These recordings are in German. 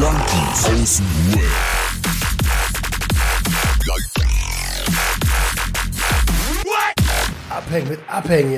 Junkies aus dem Web. Abhängen mit Abhängen.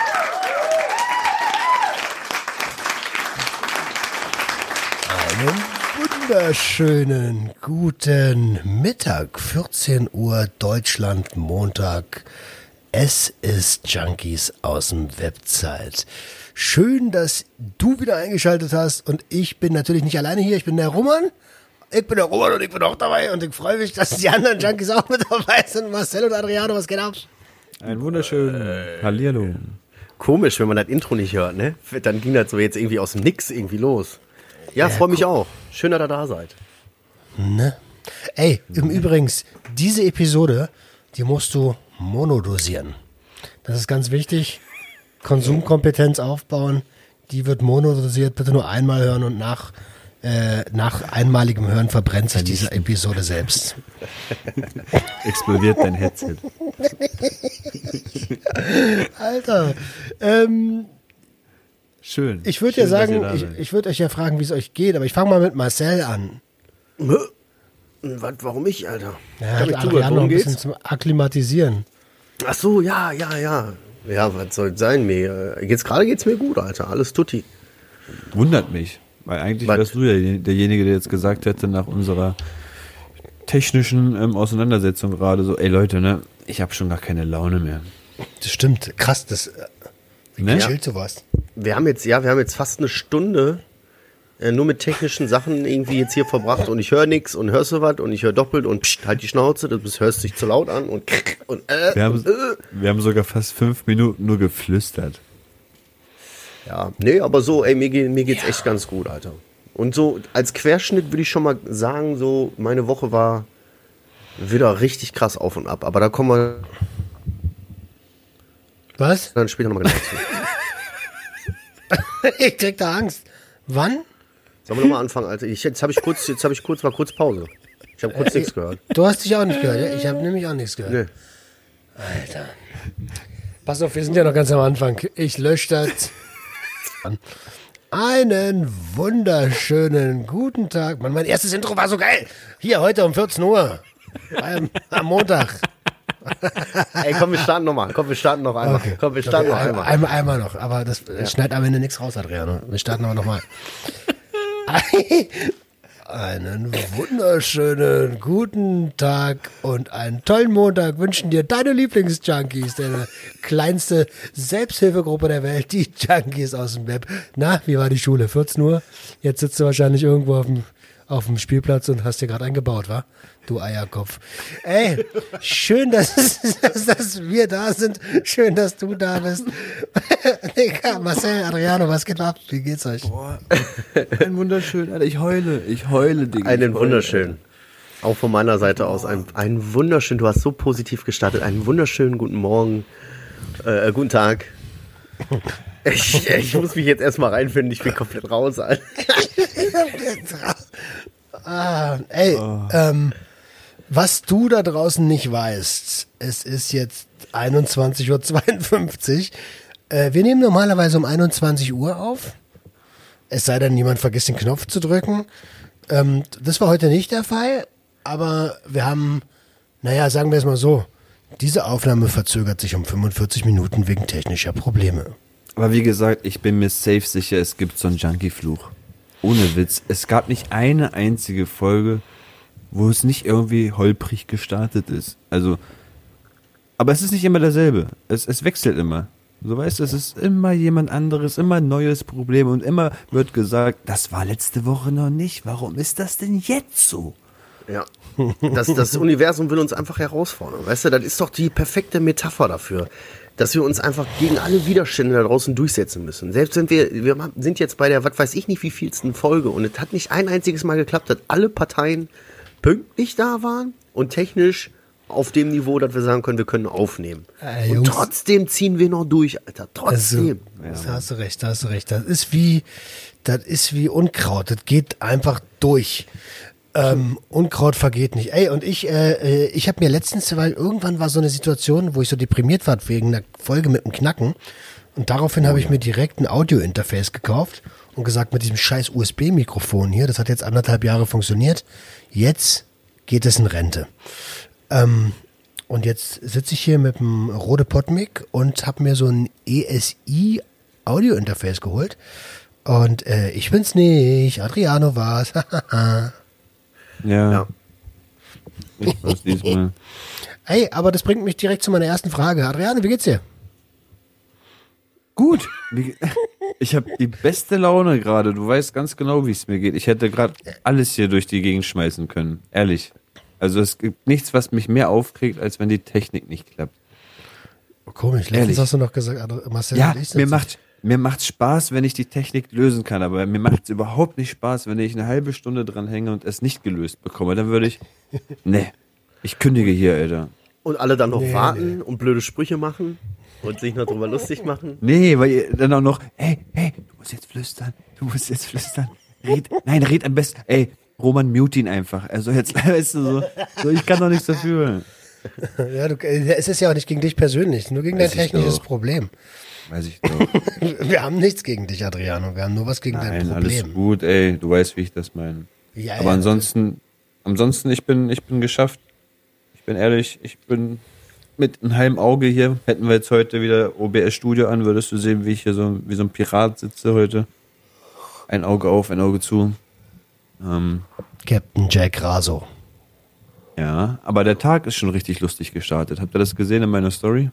Einen wunderschönen guten Mittag, 14 Uhr Deutschland, Montag. Es ist Junkies aus dem Webzeit. Schön, dass du wieder eingeschaltet hast und ich bin natürlich nicht alleine hier, ich bin der Roman. Ich bin der Roman und ich bin auch dabei und ich freue mich, dass die anderen Junkies auch mit dabei sind. Marcel und Adriano, was geht ab? Ein wunderschönen Hallihallo. Komisch, wenn man das Intro nicht hört, ne? Dann ging das so jetzt irgendwie aus dem Nix irgendwie los. Ja, freue mich auch. Schön, dass ihr da seid. Ne? Ey, im Übrigens, diese Episode, die musst du monodosieren. Das ist ganz wichtig. Konsumkompetenz aufbauen. Die wird monodosiert. Bitte nur einmal hören und nach einmaligem Hören verbrennt sich diese Episode selbst. Explodiert dein Headset. Alter, Schön. ich würde ja sagen, ich würde euch ja fragen, wie es euch geht, aber ich fange mal mit Marcel an. Warum ich, Alter? Ja, Kann ich Adriano zuhören, noch worum ein bisschen geht's? zum Akklimatisieren. Ach so, ja. Ja, was soll sein? Jetzt gerade geht's mir gut, Alter. Alles tutti. Wundert mich, weil eigentlich wärst du ja derjenige, der jetzt gesagt hätte, nach unserer technischen Auseinandersetzung gerade so, ey Leute, ne, ich habe schon gar keine Laune mehr. Das stimmt, krass, das Ne? chillt sowas. Wir haben jetzt fast eine Stunde nur mit technischen Sachen irgendwie jetzt hier verbracht und ich höre nichts und hörst du was und ich höre doppelt und pst, halt die Schnauze, du hörst dich zu laut an und Wir haben sogar fast 5 Minuten nur geflüstert. Ja, nee, aber so, ey, mir geht's echt ganz gut, Alter. Und so als Querschnitt würde ich schon mal sagen, so meine Woche war wieder richtig krass auf und ab. Aber da kommen wir Was? dann später nochmal genau zu. Ich krieg da Angst. Wann? Sollen wir nochmal anfangen, Alter? Jetzt habe ich kurz Pause. Ich habe kurz nichts gehört. Du hast dich auch nicht gehört, ja? Ich habe nämlich auch nichts gehört. Nee. Alter. Pass auf, wir sind ja noch ganz am Anfang. Ich lösche das. Einen wunderschönen guten Tag. Mann, mein erstes Intro war so geil. Hier, heute um 14 Uhr. Am Montag. Ey, komm, wir starten noch einmal. Okay. Komm, wir starten noch einmal. Einmal noch. Aber das schneidet am Ende nichts raus, Adriano. Wir starten aber nochmal. Einen wunderschönen guten Tag und einen tollen Montag wünschen dir deine Lieblingsjunkies, deine kleinste Selbsthilfegruppe der Welt, die Junkies aus dem Web. Na, wie war die Schule? 14 Uhr? Jetzt sitzt du wahrscheinlich irgendwo auf dem Spielplatz und hast dir gerade einen gebaut, wa? Du Eierkopf. Ey, schön, dass wir da sind. Schön, dass du da bist. Digga, Marcel, Adriano, was geht ab? Wie geht's euch? Boah, ein wunderschön, Alter, ich heule, Digga. Einen wunderschönen. Auch von meiner Seite aus. Einen wunderschönen, du hast so positiv gestartet. Einen wunderschönen guten Morgen. Guten Tag. Ich muss mich jetzt erstmal reinfinden. Ich bin komplett raus, Alter. Was du da draußen nicht weißt, es ist jetzt 21:52 Uhr. Wir nehmen normalerweise um 21 Uhr auf. Es sei denn, jemand vergisst den Knopf zu drücken. Das war heute nicht der Fall, aber wir haben, sagen wir es mal so, diese Aufnahme verzögert sich um 45 Minuten wegen technischer Probleme. Aber wie gesagt, ich bin mir safe sicher, es gibt so einen Junkie-Fluch. Ohne Witz, es gab nicht eine einzige Folge, wo es nicht irgendwie holprig gestartet ist. Also, aber es ist nicht immer derselbe. Es wechselt immer. So weißt du, es ist immer jemand anderes, immer ein neues Problem und immer wird gesagt, das war letzte Woche noch nicht. Warum ist das denn jetzt so? Ja, das Universum will uns einfach herausfordern. Weißt du, das ist doch die perfekte Metapher dafür, dass wir uns einfach gegen alle Widerstände da draußen durchsetzen müssen. Selbst wenn wir sind jetzt bei der, was weiß ich nicht, wie vielsten Folge und es hat nicht ein einziges Mal geklappt, dass alle Parteien pünktlich da waren und technisch auf dem Niveau, dass wir sagen können, wir können aufnehmen. Und Jungs, trotzdem ziehen wir noch durch, Alter. Trotzdem. Da hast du recht. Das ist wie Unkraut. Das geht einfach durch. Unkraut vergeht nicht. Ey, und ich habe mir letztens, weil irgendwann war so eine Situation, wo ich so deprimiert war wegen einer Folge mit dem Knacken. Und daraufhin habe ich mir direkt ein Audio-Interface gekauft und gesagt, mit diesem scheiß USB-Mikrofon hier, das hat jetzt 1,5 Jahre funktioniert, jetzt geht es in Rente. Und jetzt sitze ich hier mit dem Rode PodMic und habe mir so ein ESI Audio-Interface geholt. Und ich bin's nicht, Adriano war's. Ja. Ich weiß diesmal. Hey, aber das bringt mich direkt zu meiner ersten Frage. Adriano, wie geht's dir? Gut. Ich habe die beste Laune gerade. Du weißt ganz genau, wie es mir geht. Ich hätte gerade alles hier durch die Gegend schmeißen können. Ehrlich. Also es gibt nichts, was mich mehr aufkriegt, als wenn die Technik nicht klappt. Oh, komisch, letztens hast du noch gesagt, Marcel, ja, und ich mir macht's Spaß, wenn ich die Technik lösen kann, aber mir macht's überhaupt nicht Spaß, wenn ich eine halbe Stunde dran hänge und es nicht gelöst bekomme. Dann würde ich, ich kündige hier, Alter. Und alle dann noch warten und blöde Sprüche machen und sich noch drüber lustig machen. Nee, weil ihr dann auch noch, hey, du musst jetzt flüstern. Red am besten. Ey, Roman, mute ihn einfach. Also jetzt, weißt du, so ich kann doch nichts dafür. Ja, es ist ja auch nicht gegen dich persönlich, nur gegen dein technisches Problem. Weiß ich doch. Wir haben nichts gegen dich, Adriano. Wir haben nur was gegen dein Problem. Alles gut, ey. Du weißt, wie ich das meine. Ja, aber ansonsten, ich bin geschafft. Ich bin ehrlich, ich bin mit einem halben Auge hier. Hätten wir jetzt heute wieder OBS Studio an, würdest du sehen, wie ich hier wie so ein Pirat sitze heute. Ein Auge auf, ein Auge zu. Captain Jack Raso. Ja, aber der Tag ist schon richtig lustig gestartet. Habt ihr das gesehen in meiner Story?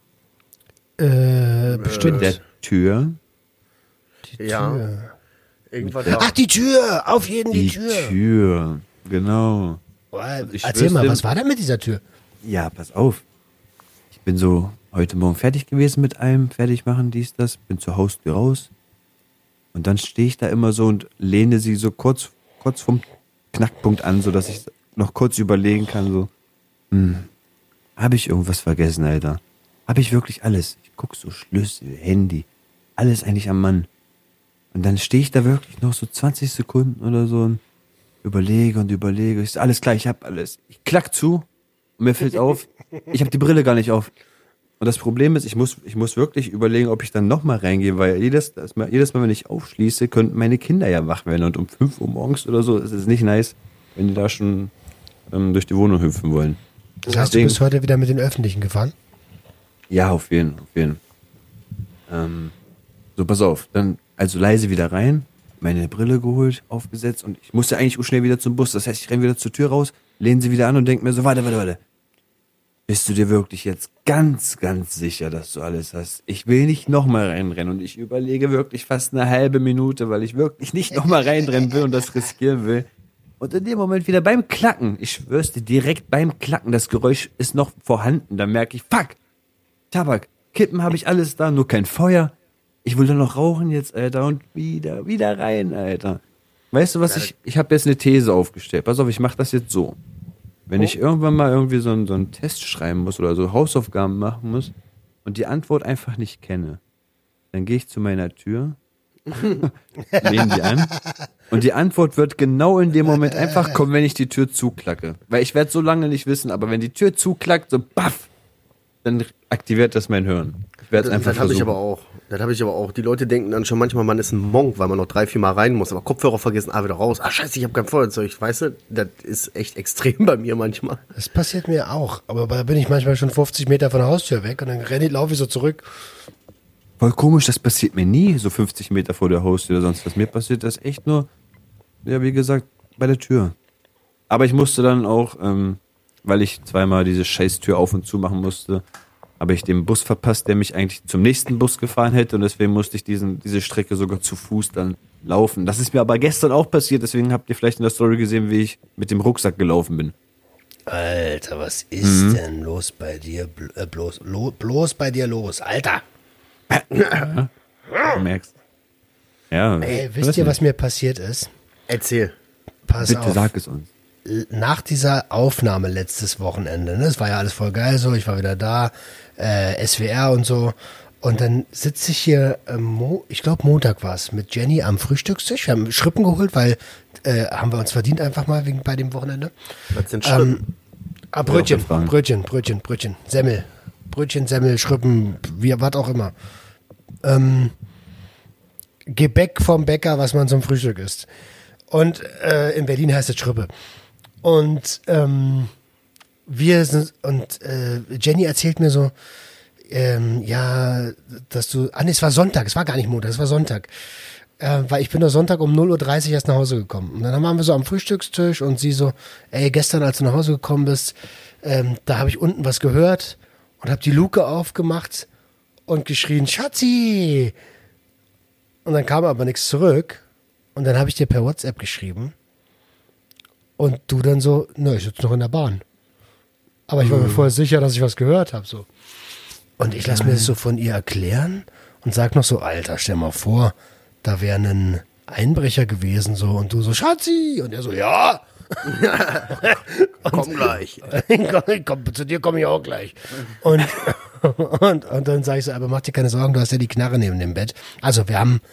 Bestimmt. Der Tür. Ja. Irgendwas Ach, die Tür! Auf jeden die Tür! Die Tür, genau. Erzähl mal, was war denn mit dieser Tür? Ja, pass auf. Ich bin so heute Morgen fertig gewesen mit allem, fertig machen, dies, das, bin zur Haustür raus. Und dann stehe ich da immer so und lehne sie so kurz vom Knackpunkt an, sodass ich noch kurz überlegen kann, so, habe ich irgendwas vergessen, Alter? Habe ich wirklich alles? Ich gucke so Schlüssel, Handy, alles eigentlich am Mann. Und dann stehe ich da wirklich noch so 20 Sekunden oder so und überlege. Ich so, alles klar, ich habe alles. Ich klack zu und mir fällt auf, ich habe die Brille gar nicht auf. Und das Problem ist, ich muss wirklich überlegen, ob ich dann nochmal reingehe, weil jedes Mal, wenn ich aufschließe, könnten meine Kinder ja wach werden. Und um 5 Uhr morgens oder so ist es nicht nice, wenn die da schon durch die Wohnung hüpfen wollen. Das heißt, du bist heute wieder mit den Öffentlichen gefahren? Ja, auf jeden. So, pass auf. Dann also leise wieder rein, meine Brille geholt, aufgesetzt und ich musste eigentlich schnell wieder zum Bus. Das heißt, ich renne wieder zur Tür raus, lehne sie wieder an und denke mir so, warte. Bist du dir wirklich jetzt ganz, ganz sicher, dass du alles hast? Ich will nicht nochmal reinrennen und ich überlege wirklich fast eine halbe Minute, weil ich wirklich nicht nochmal reinrennen will und das riskieren will. Und in dem Moment wieder beim Klacken, ich schwör's dir, direkt beim Klacken, das Geräusch ist noch vorhanden, dann merke ich, fuck, Tabak, Kippen habe ich alles da, nur kein Feuer. Ich will nur noch rauchen jetzt, Alter, und wieder rein, Alter. Weißt du was, ich habe jetzt eine These aufgestellt. Pass auf, ich mache das jetzt so. Wenn ich irgendwann mal irgendwie so einen Test schreiben muss oder so Hausaufgaben machen muss und die Antwort einfach nicht kenne, dann gehe ich zu meiner Tür, lehne die an und die Antwort wird genau in dem Moment einfach kommen, wenn ich die Tür zuklacke. Weil ich werde so lange nicht wissen, aber wenn die Tür zuklackt, so baff, dann aktiviert das mein Hirn. Ich werde es einfach versuchen. Das habe ich aber auch. Die Leute denken dann schon manchmal, man ist ein Monk, weil man noch 3-4 Mal rein muss. Aber Kopfhörer vergessen, wieder raus. Scheiße, ich habe kein Feuerzeug. Weißt du, das ist echt extrem bei mir manchmal. Das passiert mir auch. Aber da bin ich manchmal schon 50 Meter von der Haustür weg und dann laufe ich so zurück. Voll komisch, das passiert mir nie, so 50 Meter vor der Haustür oder sonst was. Mir passiert das echt nur, ja, wie gesagt, bei der Tür. Aber ich musste dann auch, weil ich zweimal diese Scheißtür auf und zu machen musste, habe ich den Bus verpasst, der mich eigentlich zum nächsten Bus gefahren hätte und deswegen musste ich diese Strecke sogar zu Fuß dann laufen. Das ist mir aber gestern auch passiert, deswegen habt ihr vielleicht in der Story gesehen, wie ich mit dem Rucksack gelaufen bin. Alter, was ist denn los bei dir? Bloß bei dir los, Alter! Du merkst. Ja. Ey, wisst ihr, was mir passiert ist? Erzähl. Pass Bitte auf. sag es uns. Nach dieser Aufnahme letztes Wochenende, ne, es war ja alles voll geil so, ich war wieder da, SWR und so. Und dann sitze ich hier, ich glaube Montag war es, mit Jenny am Frühstückstisch. Wir haben Schrippen geholt, weil haben wir uns verdient einfach mal bei dem Wochenende. Was sind Schrippen? Brötchen, Semmel. Brötchen, Semmel, Schrippen, was auch immer. Gebäck vom Bäcker, was man zum Frühstück isst. Und in Berlin heißt es Schrippe. Und Jenny erzählt mir so, dass du, es war Sonntag, es war gar nicht Montag, es war Sonntag. Weil ich bin doch Sonntag um 0:30 Uhr erst nach Hause gekommen. Und dann waren wir so am Frühstückstisch und sie so, gestern, als du nach Hause gekommen bist, da habe ich unten was gehört und habe die Luke aufgemacht und geschrien, Schatzi! Und dann kam aber nichts zurück und dann habe ich dir per WhatsApp geschrieben und du dann so, ich sitze noch in der Bahn. Aber ich war mir vorher sicher, dass ich was gehört habe. So. Und ich lasse mir das so von ihr erklären und sag noch so, Alter, stell mal vor, da wäre ein Einbrecher gewesen so und du so, Schatzi! Und er so, ja! Komm gleich. Zu dir komme ich auch gleich. Und dann sage ich so, aber mach dir keine Sorgen, du hast ja die Knarre neben dem Bett. Also wir haben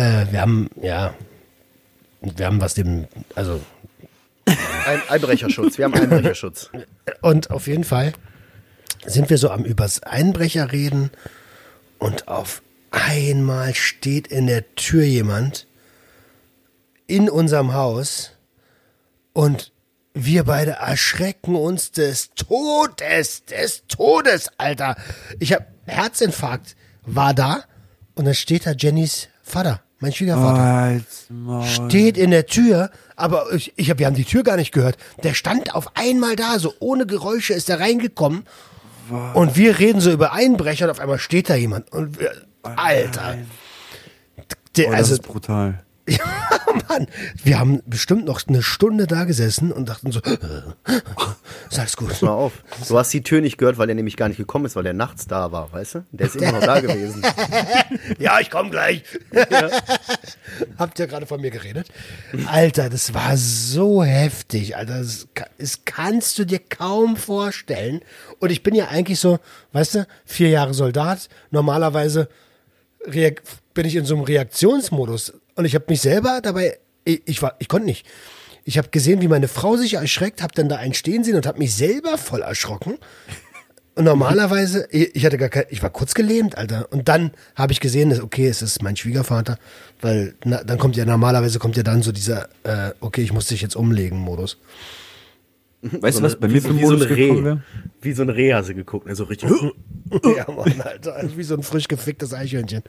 was Einbrecherschutz, wir haben Einbrecherschutz. Und auf jeden Fall sind wir so am übers Einbrecher reden und auf einmal steht in der Tür jemand in unserem Haus und wir beide erschrecken uns des Todes, Alter. Ich habe Herzinfarkt, war da und dann steht da Jennys Vater, mein Schwiegervater. Steht in der Tür, aber wir haben die Tür gar nicht gehört. Der stand auf einmal da, so ohne Geräusche ist er reingekommen. Und wir reden so über Einbrecher und auf einmal steht da jemand. Und Alter. Das ist brutal. Ja, Mann. Wir haben bestimmt noch eine Stunde da gesessen und dachten so, ist alles gut. Pass mal auf. Du hast die Tür nicht gehört, weil er nämlich gar nicht gekommen ist, weil er nachts da war, weißt du? Der ist immer noch da gewesen. Ja, ich komme gleich. Ja. Habt ihr gerade von mir geredet? Alter, das war so heftig, Alter. Das kannst du dir kaum vorstellen. Und ich bin ja eigentlich so, weißt du, 4 Jahre Soldat. Normalerweise bin ich in so einem Reaktionsmodus. Und ich habe mich selber dabei, ich konnte nicht. Ich habe gesehen, wie meine Frau sich erschreckt, habe dann da einen stehen sehen und habe mich selber voll erschrocken. Und normalerweise, ich war kurz gelähmt, Alter. Und dann habe ich gesehen, dass, okay, es ist mein Schwiegervater, weil dann normalerweise kommt ja dann so dieser, okay, ich muss dich jetzt umlegen Modus. Weißt du, was bei mir für Modus gekommen wäre? Wie so ein Reh hast du geguckt, also richtig. Ja, Mann, Alter, wie so ein frisch geficktes Eichhörnchen.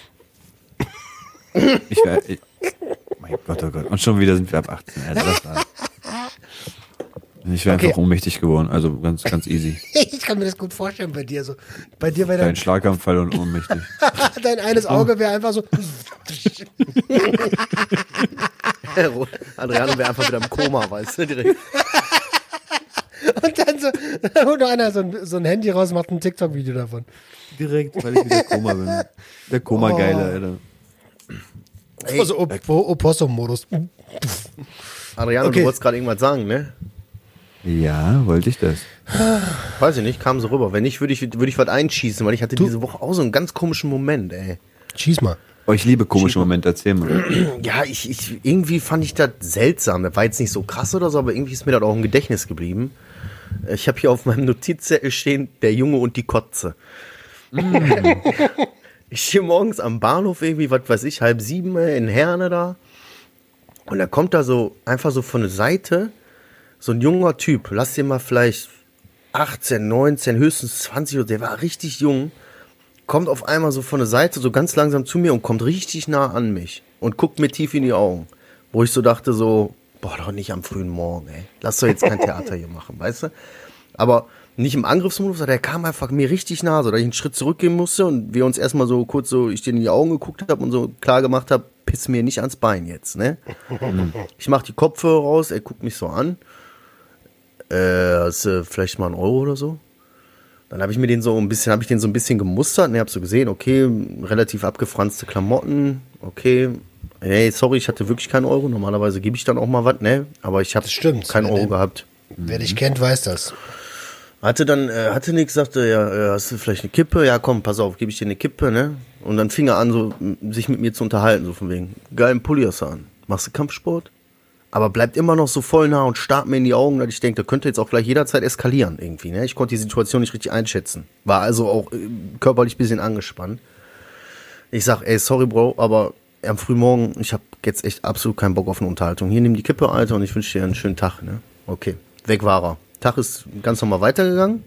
Mein Gott, oh Gott. Und schon wieder sind wir ab 18. Also ich wäre einfach ohnmächtig geworden. Also ganz, ganz easy. Ich kann mir das gut vorstellen bei dir. So. Bei dir wäre dein Schlaganfall und ohnmächtig. Dein eines Auge wäre einfach so. Adriano wäre einfach wieder im Koma, weißt du, direkt. Und dann holt noch einer so ein Handy raus und macht ein TikTok-Video davon. Direkt, weil ich wieder Koma bin. Der Koma-Geile, Alter. Also Opossum-Modus. Adriano, du wolltest gerade irgendwas sagen, ne? Ja, wollte ich das. Weiß ich nicht, kam so rüber. Wenn nicht, würde ich was einschießen, weil ich hatte diese Woche auch so einen ganz komischen Moment, ey. Schieß mal. Oh, ich liebe komische Momente, erzähl mal. Ja, irgendwie fand ich das seltsam. Das war jetzt nicht so krass oder so, aber irgendwie ist mir das auch im Gedächtnis geblieben. Ich habe hier auf meinem Notizzettel stehen, der Junge und die Kotze. Ich stehe morgens am Bahnhof irgendwie, was weiß ich, 6:30 in Herne da. Und da kommt da so, einfach so von der Seite, so ein junger Typ. Lass den mal vielleicht 18, 19, höchstens 20 oder der war richtig jung. Kommt auf einmal so von der Seite so ganz langsam zu mir und kommt richtig nah an mich. Und guckt mir tief in die Augen. Wo ich so dachte so, boah, doch nicht am frühen Morgen, ey. Lass doch jetzt kein Theater hier machen, weißt du? Aber nicht im Angriffsmodus, der kam einfach mir richtig nah, so dass ich einen Schritt zurückgehen musste und wir uns erstmal so kurz so, ich dir in die Augen geguckt habe und so klar gemacht habe, piss mir nicht ans Bein jetzt, ne? Ich mach die Kopfhörer raus, er guckt mich so an. Hast du vielleicht mal 1 Euro oder so? Dann habe ich den so ein bisschen gemustert und ich habe so gesehen, okay, relativ abgefranste Klamotten, okay. Hey, sorry, ich hatte wirklich keinen Euro. Normalerweise gebe ich dann auch mal was, ne? Aber ich habe keinen Euro gehabt. Wer dich kennt, weiß das. Hatte nix, sagte, ja, hast du vielleicht eine Kippe? Ja, komm, pass auf, gebe ich dir eine Kippe, ne? Und dann fing er an, so, sich mit mir zu unterhalten, so von wegen, geilen Pulli hast du an. Machst du Kampfsport? Aber bleibt immer noch so voll nah und starrt mir in die Augen, dass ich denke, da könnte jetzt auch gleich jederzeit eskalieren irgendwie, ne? Ich konnte die Situation nicht richtig einschätzen. War also auch körperlich ein bisschen angespannt. Ich sag, ey, sorry, Bro, aber am Frühmorgen, ich habe jetzt echt absolut keinen Bock auf eine Unterhaltung. Hier, nimm die Kippe, Alter, und ich wünsche dir einen schönen Tag. Ne? Okay, weg war er. Tag ist ganz normal weitergegangen.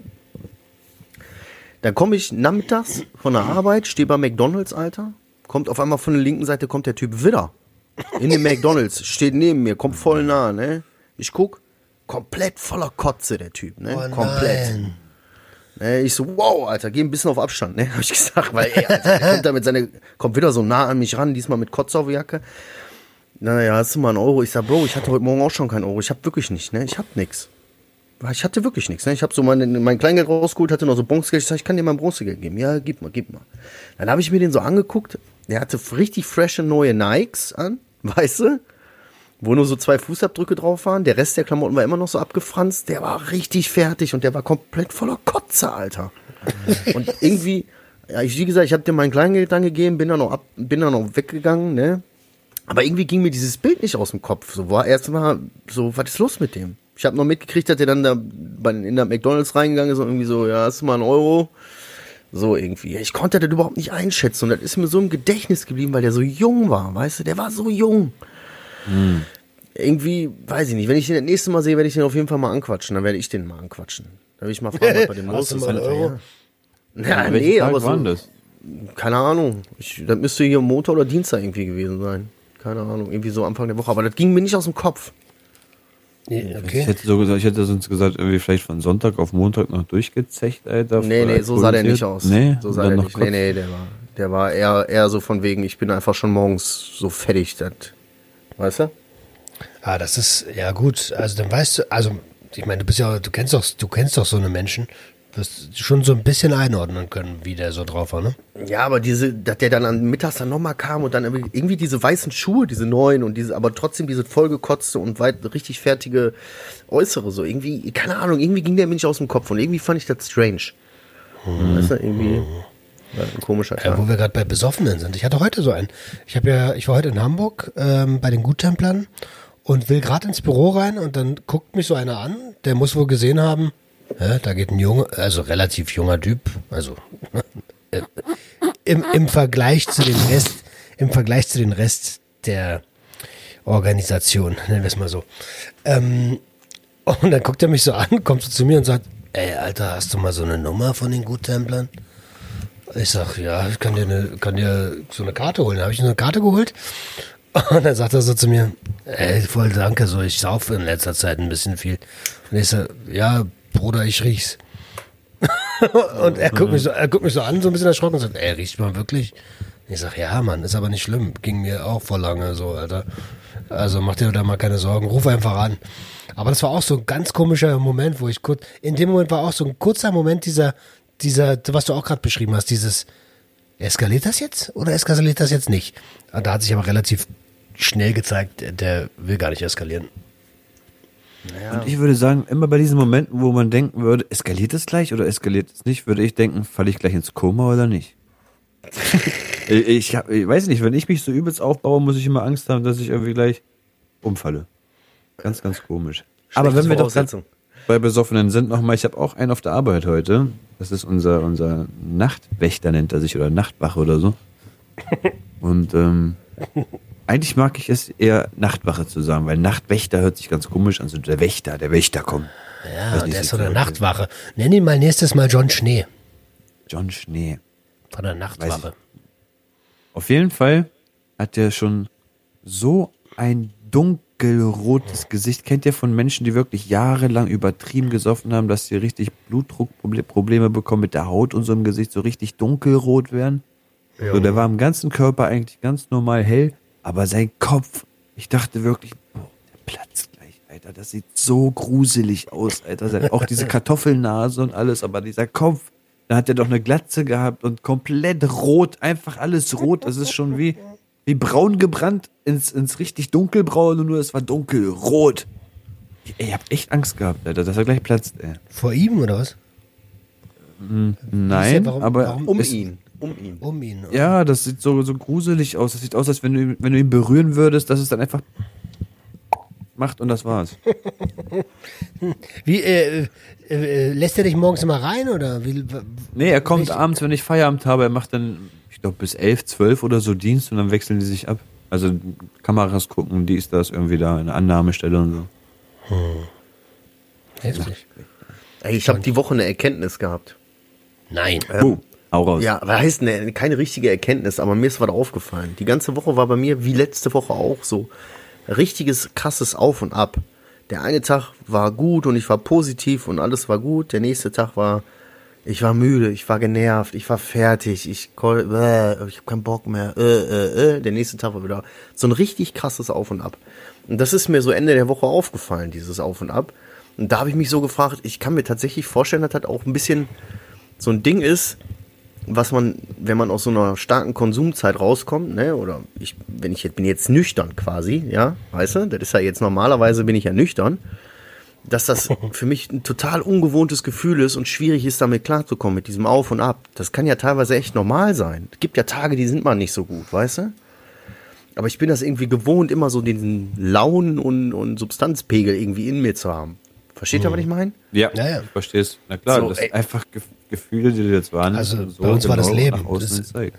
Dann komme ich nachmittags von der Arbeit, stehe bei McDonald's, Alter. Kommt auf einmal von der linken Seite, kommt der Typ wieder. In den McDonald's, steht neben mir, kommt voll nah, ne? Ich guck, komplett voller Kotze, der Typ, ne? Oh, komplett. nein. Ne, ich so, wow, Alter, geh ein bisschen auf Abstand, ne? Hab ich gesagt, weil, ey, Alter, der kommt da mit kommt wieder so nah an mich ran, diesmal mit Kotze auf die Jacke. Naja, hast du mal einen Euro? Ich sag, Bro, ich hatte heute Morgen auch schon keinen Euro. Ich hab wirklich nicht, ne? Ich hab nix. Ich hatte wirklich nichts, ne? Ich hab so mein Kleingeld rausgeholt, hatte noch so Bronzegeld. Ich sag, ich kann dir mein Bronzegeld geben. Ja, gib mal. Dann habe ich mir den so angeguckt. Der hatte richtig frische neue Nikes an, weißt du? Wo nur so 2 Fußabdrücke drauf waren. Der Rest der Klamotten war immer noch so abgefranst. Der war richtig fertig und der war komplett voller Kotze, Alter. Und irgendwie, ja, wie gesagt, ich habe dir mein Kleingeld dann gegeben, bin dann noch weggegangen, ne? Aber irgendwie ging mir dieses Bild nicht aus dem Kopf. So war erstmal so, was ist los mit dem? Ich habe noch mitgekriegt, dass der dann da in der McDonald's reingegangen ist und irgendwie so, ja, hast du mal einen Euro? So irgendwie. Ich konnte das überhaupt nicht einschätzen und das ist mir so im Gedächtnis geblieben, weil der so jung war, weißt du? Der war so jung. Irgendwie, weiß ich nicht, wenn ich den das nächste Mal sehe, werde ich den auf jeden Fall mal anquatschen. Dann werde ich den mal anquatschen. Da will ich mal fragen, was bei dem los Hast du ist. mal einen Euro? Ja, Welchen nee, Tag aber war denn so, das? keine Ahnung. Das müsste hier Montag oder Dienstag irgendwie gewesen sein. Keine Ahnung, irgendwie so Anfang der Woche. Aber das ging mir nicht aus dem Kopf. Nee, Ich okay. hätte sonst gesagt, irgendwie vielleicht von Sonntag auf Montag noch durchgezecht, Alter. Nee, so sah der nicht aus. Nee, so sah der nicht. Kopf. Nee, der war eher so von wegen, ich bin einfach schon morgens so fertig, das, weißt du? Ah, das ist, ja gut, also dann weißt du, also ich meine, du kennst doch so eine Menschen, wirst schon so ein bisschen einordnen können, wie der so drauf war, ne? Ja, aber dass der dann mittags dann nochmal kam und dann irgendwie diese weißen Schuhe, diese neuen und aber trotzdem diese vollgekotzte und richtig fertige Äußere, so irgendwie, keine Ahnung, irgendwie ging der mir nicht aus dem Kopf und irgendwie fand ich das strange. Weißt du, irgendwie ein komischer Tag. Wo wir gerade bei Besoffenen sind. Ich hatte heute so einen. Ich war heute in Hamburg bei den Guttemplern und will gerade ins Büro rein und dann guckt mich so einer an, der muss wohl gesehen haben, da geht ein relativ junger Typ, also im Vergleich zu den Rest der Organisation, nennen wir es mal so. Und dann guckt er mich so an, kommt so zu mir und sagt, ey, Alter, hast du mal so eine Nummer von den Guttemplern? Ich sag, ja, ich kann dir so eine Karte holen. Da habe ich eine Karte geholt. Und dann sagt er so zu mir, ey, voll danke, so, ich saufe in letzter Zeit ein bisschen viel. Und ich sag, ja, Bruder, ich riech's. Und er guckt mich so an, so ein bisschen erschrocken und sagt, ey, riecht man wirklich? Ich sag, ja, Mann, ist aber nicht schlimm. Ging mir auch vor lange so, Alter. Also mach dir da mal keine Sorgen, ruf einfach an. Aber das war auch so ein ganz komischer Moment, wo in dem Moment war auch so ein kurzer Moment dieser, was du auch gerade beschrieben hast, dieses, eskaliert das jetzt oder eskaliert das jetzt nicht? Da hat sich aber relativ schnell gezeigt, der will gar nicht eskalieren. Naja. Und ich würde sagen, immer bei diesen Momenten, wo man denken würde, eskaliert es gleich oder eskaliert es nicht, würde ich denken, falle ich gleich ins Koma oder nicht? Ich weiß nicht, wenn ich mich so übelst aufbaue, muss ich immer Angst haben, dass ich irgendwie gleich umfalle. Ganz, ganz komisch. Aber wenn wir doch grad bei Besoffenen sind, nochmal, ich habe auch einen auf der Arbeit heute. Das ist unser Nachtwächter, nennt er sich, oder Nachtwache oder so. Und eigentlich mag ich es eher Nachtwache zu sagen, weil Nachtwächter hört sich ganz komisch an. So der Wächter kommt. Ja, der ist so eine Nachtwache. Nenn ihn mal nächstes Mal John Schnee. John Schnee. Von der Nachtwache. Auf jeden Fall hat der schon so ein dunkelrotes Gesicht. Kennt ihr von Menschen, die wirklich jahrelang übertrieben gesoffen haben, dass sie richtig Blutdruckprobleme bekommen mit der Haut und so im Gesicht, so richtig dunkelrot werden? Ja. So, der war im ganzen Körper eigentlich ganz normal hell, aber sein Kopf, ich dachte wirklich, boah, der platzt gleich, Alter. Das sieht so gruselig aus, Alter. Auch diese Kartoffelnase und alles, aber dieser Kopf, da hat er doch eine Glatze gehabt und komplett rot, einfach alles rot. Das ist schon wie braun gebrannt ins richtig dunkelbraun und nur es war dunkelrot. Ich hab echt Angst gehabt, Alter, dass er gleich platzt, ey. Vor ihm oder was? Nein, aber um ihn. Oder? Ja, das sieht so gruselig aus. Das sieht aus, als wenn du ihn berühren würdest, dass es dann einfach macht und das war's. Wie, lässt er dich morgens immer rein oder wie? Nee, er kommt abends, wenn ich Feierabend habe. Er macht dann, ich glaube, bis 11, 12 oder so Dienst und dann wechseln die sich ab. Also Kameras gucken, dies, das, irgendwie da eine Annahmestelle und so. Heftig. Ey, ich habe die Woche eine Erkenntnis gehabt. Nein. Hau raus. Ja, was heißt keine richtige Erkenntnis, aber mir ist was aufgefallen. Die ganze Woche war bei mir, wie letzte Woche auch, so richtiges, krasses Auf und Ab. Der eine Tag war gut und ich war positiv und alles war gut. Der nächste Tag ich war müde, ich war genervt, ich war fertig, ich habe keinen Bock mehr. Der nächste Tag war wieder so ein richtig krasses Auf und Ab. Und das ist mir so Ende der Woche aufgefallen, dieses Auf und Ab. Und da habe ich mich so gefragt, ich kann mir tatsächlich vorstellen, dass das auch ein bisschen so ein Ding ist, was man, wenn man aus so einer starken Konsumzeit rauskommt, ne, oder bin jetzt nüchtern quasi, ja, weißt du, das ist ja jetzt normalerweise bin ich ja nüchtern, dass das für mich ein total ungewohntes Gefühl ist und schwierig ist, damit klarzukommen, mit diesem Auf und Ab. Das kann ja teilweise echt normal sein. Es gibt ja Tage, die sind mal nicht so gut, weißt du? Aber ich bin das irgendwie gewohnt, immer so diesen Launen und Substanzpegel irgendwie in mir zu haben. Versteht ihr, was ich meine? Ja, Ja. ich verstehe es. Na klar, So, das sind einfach Gefühle, die du jetzt wahrnimmst. Also und so bei uns war das genau Leben. nach außen Das- zeigt.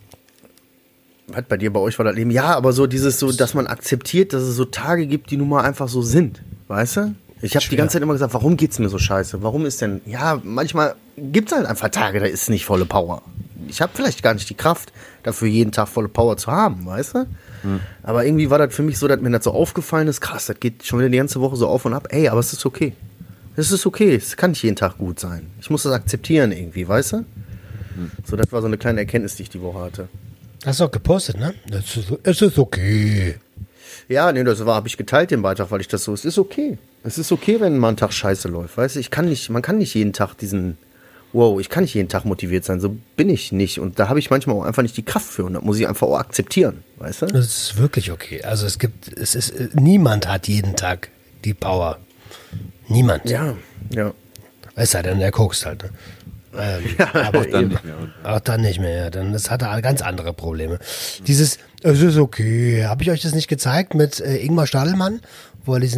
Was bei dir, bei euch war das Leben? Ja, aber so dieses so, dass man akzeptiert, dass es so Tage gibt, die nun mal einfach so sind, weißt du? Ich habe die ganze Zeit immer gesagt, warum geht's mir so scheiße? Warum ist denn, ja, manchmal gibt's halt einfach Tage, da ist nicht volle Power. Ich habe vielleicht gar nicht die Kraft, dafür jeden Tag volle Power zu haben, weißt du? Aber irgendwie war das für mich so, dass mir das so aufgefallen ist, krass, das geht schon wieder die ganze Woche so auf und ab. Ey, aber es ist okay. Es ist okay, es kann nicht jeden Tag gut sein. Ich muss das akzeptieren irgendwie, weißt du? So, das war so eine kleine Erkenntnis, die ich die Woche hatte. Hast du auch gepostet, ne? Es ist okay. Ja, nee, habe ich geteilt, den Beitrag, weil ich das so, es ist okay. Es ist okay, wenn mal ein Tag scheiße läuft, weißt du? Man kann nicht jeden Tag ich kann nicht jeden Tag motiviert sein, so bin ich nicht. Und da habe ich manchmal auch einfach nicht die Kraft für und das muss ich einfach auch akzeptieren, weißt du? Das ist wirklich okay. Also niemand hat jeden Tag die Power. Niemand. Ja. Es sei denn, er kokst halt. Ne? Aber Dann nicht mehr. auch dann nicht mehr. Ja. Dann hat er ganz andere Probleme. Es ist okay. Habe ich euch das nicht gezeigt mit Ingmar Stadelmann, wo er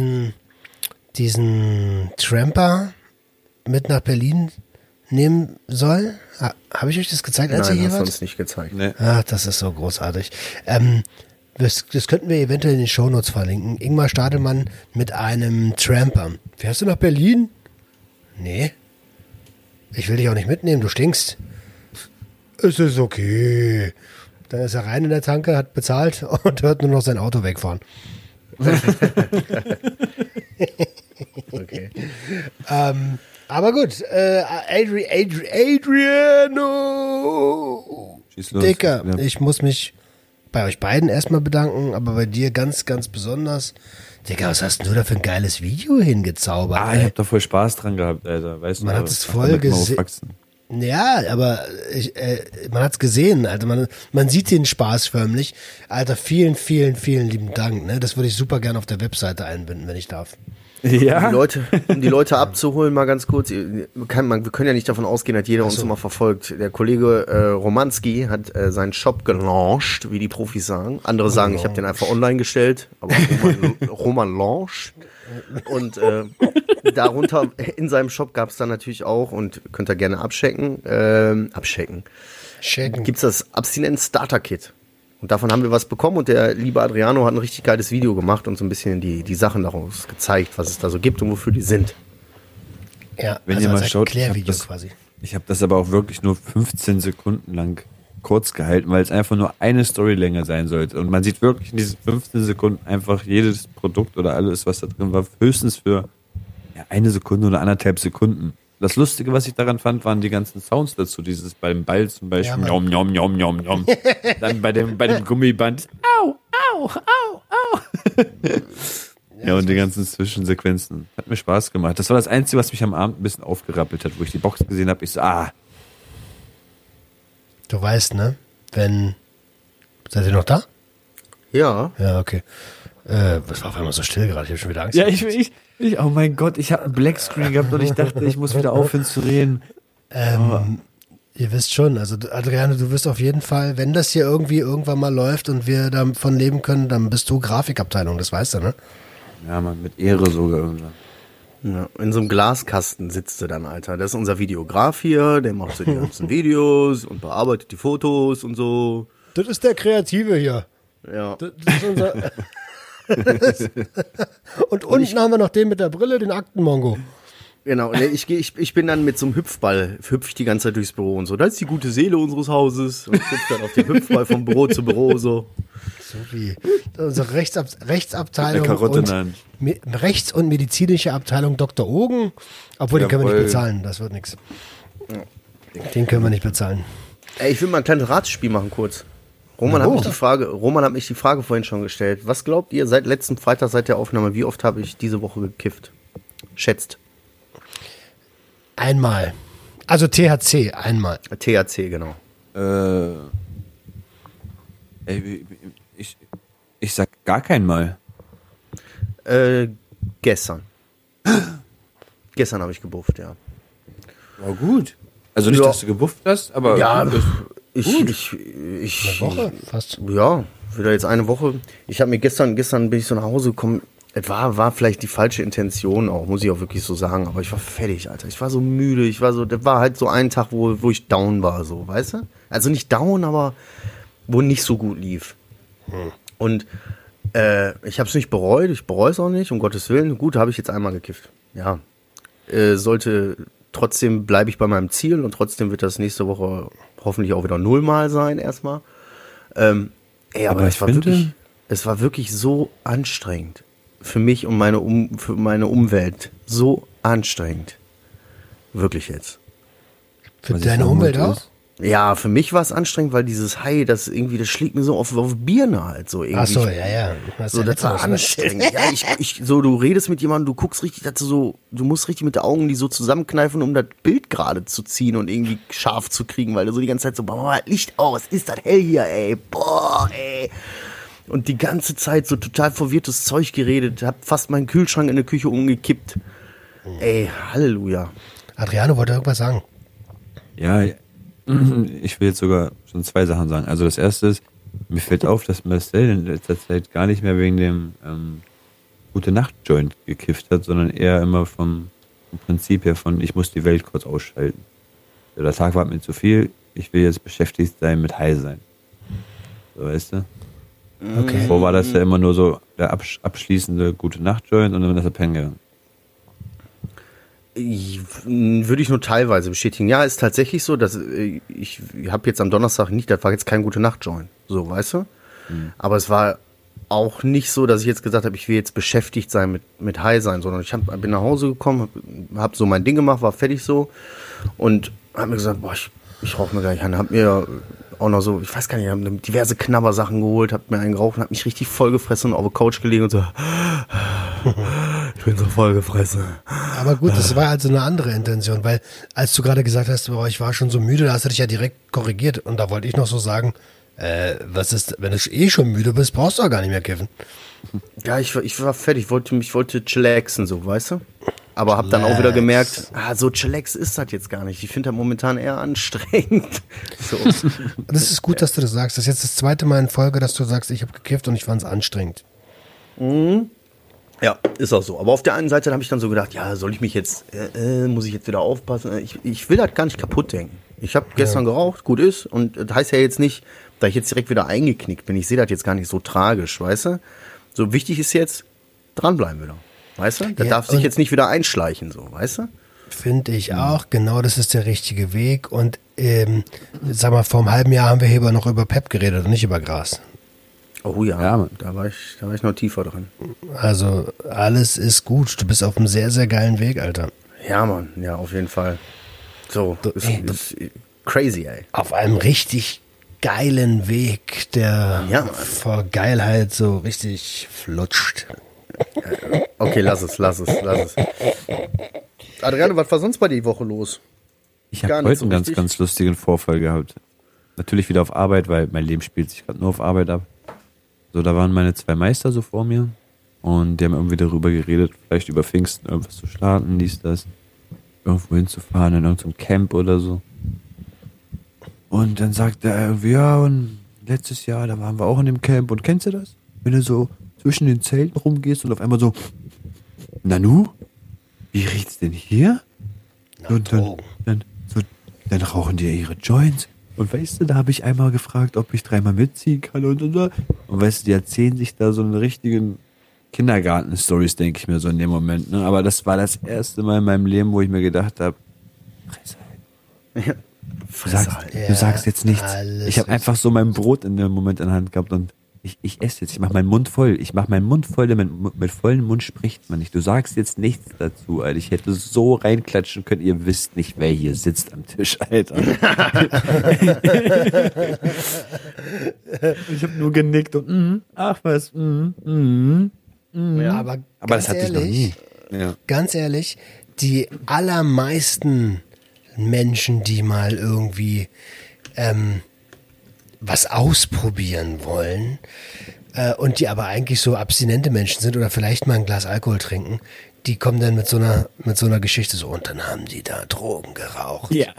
diesen Tramper mit nach Berlin nehmen soll? Habe ich euch das gezeigt, als ihr Nein, hier hast du wart? uns nicht gezeigt. Nee. Ach, das ist so großartig. Das könnten wir eventuell in den Shownotes verlinken. Ingmar Stadelmann mit einem Tramper. Fährst du nach Berlin? Nee. Ich will dich auch nicht mitnehmen, du stinkst. Es ist okay. Dann ist er rein in der Tanke, hat bezahlt und hört nur noch sein Auto wegfahren. Okay. Aber gut, Adriano. Schieß los. Dicker, Ja. ich muss mich bei euch beiden erstmal bedanken, aber bei dir ganz, ganz besonders. Digga, was hast denn du da für ein geiles Video hingezaubert? Ich hab da voll Spaß dran gehabt, Alter. Weißt Man du, hat es voll damit mal gesehen. aufwachsen. Ja, aber man hat's gesehen, Alter. Man sieht den Spaß förmlich. Alter, vielen, vielen, vielen lieben Dank. Ne? Das würde ich super gerne auf der Webseite einbinden, wenn ich darf. Ja. Um die Leute abzuholen, mal ganz kurz. Wir können ja nicht davon ausgehen, dass jeder uns immer verfolgt. Der Kollege Romanski hat seinen Shop gelauncht, wie die Profis sagen. Andere sagen, ich habe den einfach online gestellt, aber Roman launcht. Und darunter in seinem Shop gab es dann natürlich auch, und könnt ihr gerne abchecken, Shaken. gibt's das Abstinenz Starter Kit. Und davon haben wir was bekommen und der liebe Adriano hat ein richtig geiles Video gemacht und so ein bisschen die Sachen daraus gezeigt, was es da so gibt und wofür die sind. Ja, Wenn also ihr mal als schaut, Erklärvideo quasi. Ich habe das aber auch wirklich nur 15 Sekunden lang kurz gehalten, weil es einfach nur eine Storylänge sein sollte. Und man sieht wirklich in diesen 15 Sekunden einfach jedes Produkt oder alles, was da drin war, höchstens für eine Sekunde oder 1,5 Sekunden. Das Lustige, was ich daran fand, waren die ganzen Sounds dazu. Dieses beim Ball zum Beispiel. Ja, Njom, njom, njom, njom, njom. Dann bei dem Gummiband. Au, au, au, au. Ja, und die ganzen Zwischensequenzen. Hat mir Spaß gemacht. Das war das Einzige, was mich am Abend ein bisschen aufgerappelt hat, wo ich die Box gesehen habe. Ich so, Du weißt, ne? Seid ihr noch da? Ja. Ja, okay. Was war auf einmal so still gerade? Ich habe schon wieder Angst. Ja, oh mein Gott, ich habe einen Blackscreen gehabt und ich dachte, ich muss wieder aufhören zu reden. Ihr wisst schon, also Adriane, du wirst auf jeden Fall, wenn das hier irgendwann mal läuft und wir davon leben können, dann bist du Grafikabteilung, das weißt du, ne? Ja, man, mit Ehre sogar irgendwann. Ja, in so einem Glaskasten sitzt du dann, Alter. Das ist unser Videograf hier, der macht so die ganzen Videos und bearbeitet die Fotos und so. Das ist der Kreative hier. Ja. Das ist unser. Und unten haben wir noch den mit der Brille, den Aktenmongo. Genau, ne, ich bin dann mit so einem Hüpfball, hüpfe ich die ganze Zeit durchs Büro und so. Das ist die gute Seele unseres Hauses. Und ich hüpfe dann auf den Hüpfball von Büro zu Büro so. So wie unsere Rechtsabteilung Eine Karotte in der und Hand. Rechts- und medizinische Abteilung Dr. Ogen. Obwohl, den können wir nicht Jawohl. bezahlen, das wird nichts. Den können wir nicht bezahlen. Ey, ich will mal ein kleines Ratsspiel machen kurz. Roman hat mich die Frage vorhin schon gestellt. Was glaubt ihr seit letzten Freitag, seit der Aufnahme, wie oft habe ich diese Woche gekifft? Schätzt. Einmal. Also THC, einmal. THC, genau. Ich sag gar kein Mal. Gestern. Gestern habe ich gebufft, ja. War gut. Also nicht, Ja. dass du gebufft hast, aber Ja, das- ich Eine Woche fast. Ja, wieder jetzt eine Woche. Ich habe mir gestern bin ich so nach Hause gekommen. Es war vielleicht die falsche Intention auch, muss ich auch wirklich so sagen. Aber ich war fertig, Alter. Ich war so müde. Das war halt so ein Tag, wo ich down war, so, weißt du? Also nicht down, aber wo nicht so gut lief. Und ich habe es nicht bereut. Ich bereue es auch nicht, um Gottes Willen. Gut, habe ich jetzt einmal gekifft. Ja. Trotzdem bleibe ich bei meinem Ziel und trotzdem wird das nächste Woche hoffentlich auch wieder 0 Mal sein, erstmal. Aber es war wirklich so anstrengend. Für mich und für meine Umwelt. So anstrengend. Wirklich jetzt. Für Was deine ich Umwelt vermute auch? ist- Ja, für mich war es anstrengend, weil dieses High, das schlägt mir so auf Birne halt so irgendwie. Ach so, ja. Hast So, ja das war letztes Mal anstrengend. Ja, du redest mit jemandem, du guckst richtig, du musst richtig mit den Augen die so zusammenkneifen, um das Bild gerade zu ziehen und irgendwie scharf zu kriegen, weil du so die ganze Zeit so, boah, Licht aus, ist das hell hier, ey, boah, ey. Und die ganze Zeit so total verwirrtes Zeug geredet, hab fast meinen Kühlschrank in der Küche umgekippt. Ey, Halleluja. Adriano wollte irgendwas sagen. Ja, ich will jetzt sogar schon 2 Sachen sagen. Also das erste ist, mir fällt auf, dass Marcel in letzter Zeit gar nicht mehr wegen dem Gute-Nacht-Joint gekifft hat, sondern eher immer vom Prinzip her von, ich muss die Welt kurz ausschalten. Der Tag war mir zu viel, ich will jetzt beschäftigt sein mit High sein. So, weißt du? Okay. Davor war das ja immer nur so der abschließende Gute-Nacht-Joint und dann ist er pennen gegangen. Würde ich nur teilweise bestätigen. Ja, ist tatsächlich so, dass ich habe jetzt am Donnerstag nicht, das war jetzt kein Gute-Nacht-Joint, so, weißt du? Aber es war auch nicht so, dass ich jetzt gesagt habe, ich will jetzt beschäftigt sein mit High sein, sondern bin nach Hause gekommen, hab so mein Ding gemacht, war fertig so und habe mir gesagt, boah, ich rauche mir gleich an, hab mir auch noch so, ich weiß gar nicht, ich habe diverse Knabbersachen geholt, hab mir einen geraucht und hab mich richtig vollgefressen und auf der Couch gelegen und so, ich bin so vollgefressen. Aber gut, das war also eine andere Intention, weil als du gerade gesagt hast, boah, ich war schon so müde, da hast du dich ja direkt korrigiert und da wollte ich noch so sagen, was ist, wenn du eh schon müde bist, brauchst du auch gar nicht mehr kiffen. Ja, ich war fertig, ich wollte chillaxen, so, weißt du? Aber hab dann auch wieder gemerkt, so chillax ist das jetzt gar nicht. Ich finde das momentan eher anstrengend. So. Das ist gut, dass du das sagst. Das ist jetzt das 2. Mal in Folge, dass du sagst, ich habe gekifft und ich fand es anstrengend. Ja, ist auch so. Aber auf der einen Seite habe ich dann so gedacht, ja, soll ich mich jetzt, muss ich jetzt wieder aufpassen? Ich will das gar nicht kaputt denken. Ich habe gestern geraucht, gut ist. Und das heißt ja jetzt nicht, dass ich jetzt direkt wieder eingeknickt bin. Ich sehe das jetzt gar nicht so tragisch, weißt du? So wichtig ist jetzt, dranbleiben wieder. Weißt du? Da Ja, darf sich und- jetzt nicht wieder einschleichen, so, weißt du? Finde ich auch. Genau, das ist der richtige Weg. Und sag mal, vor einem halben Jahr haben wir hier noch über Pep geredet und nicht über Gras. Oh ja, Ja, Mann. da war ich noch tiefer drin. Also alles ist gut. Du bist auf einem sehr, sehr geilen Weg, Alter. Ja, Mann, ja, auf jeden Fall. So, ist crazy, ey. Auf einem richtig geilen Weg, der Ja, Mann. vor Geilheit so richtig flutscht. Okay, lass es. Adriano, was war sonst bei dir die Woche los? Ich Gar habe nicht heute so einen ganz, richtig. ganz lustigen Vorfall gehabt. Natürlich wieder auf Arbeit, weil mein Leben spielt sich gerade nur auf Arbeit ab. So, da waren meine 2 Meister so vor mir und die haben irgendwie darüber geredet, vielleicht über Pfingsten irgendwas zu starten, das, irgendwo hinzufahren, in irgendeinem Camp oder so. Und dann sagt er irgendwie, ja, und letztes Jahr, da waren wir auch in dem Camp und kennst du das? Wenn du so zwischen den Zelten rumgehst und auf einmal so, Nanu? wie riecht's denn hier? Nach Und Drogen. dann rauchen die ja ihre Joints. Und weißt du, da habe ich einmal gefragt, ob ich 3-mal mitziehen kann und. Und weißt du, die erzählen sich da so einen richtigen Kindergarten-Stories, denke ich mir so in dem Moment. Ne? Aber das war das erste Mal in meinem Leben, wo ich mir gedacht habe, du sagst jetzt nichts. Ich habe einfach so mein Brot in dem Moment in der Hand gehabt und ich esse jetzt. Ich mache meinen Mund voll. Mit vollem Mund spricht man nicht. Du sagst jetzt nichts dazu, Alter. Ich hätte so reinklatschen können. Ihr wisst nicht, wer hier sitzt am Tisch, Alter. Ich habe nur genickt und ach was. Ja, aber das hatte ich noch nie. Ja. Ganz ehrlich, die allermeisten Menschen, die mal irgendwie was ausprobieren wollen und die aber eigentlich so abstinente Menschen sind oder vielleicht mal ein Glas Alkohol trinken, die kommen dann mit so einer Geschichte so, und dann haben die da Drogen geraucht. Ja.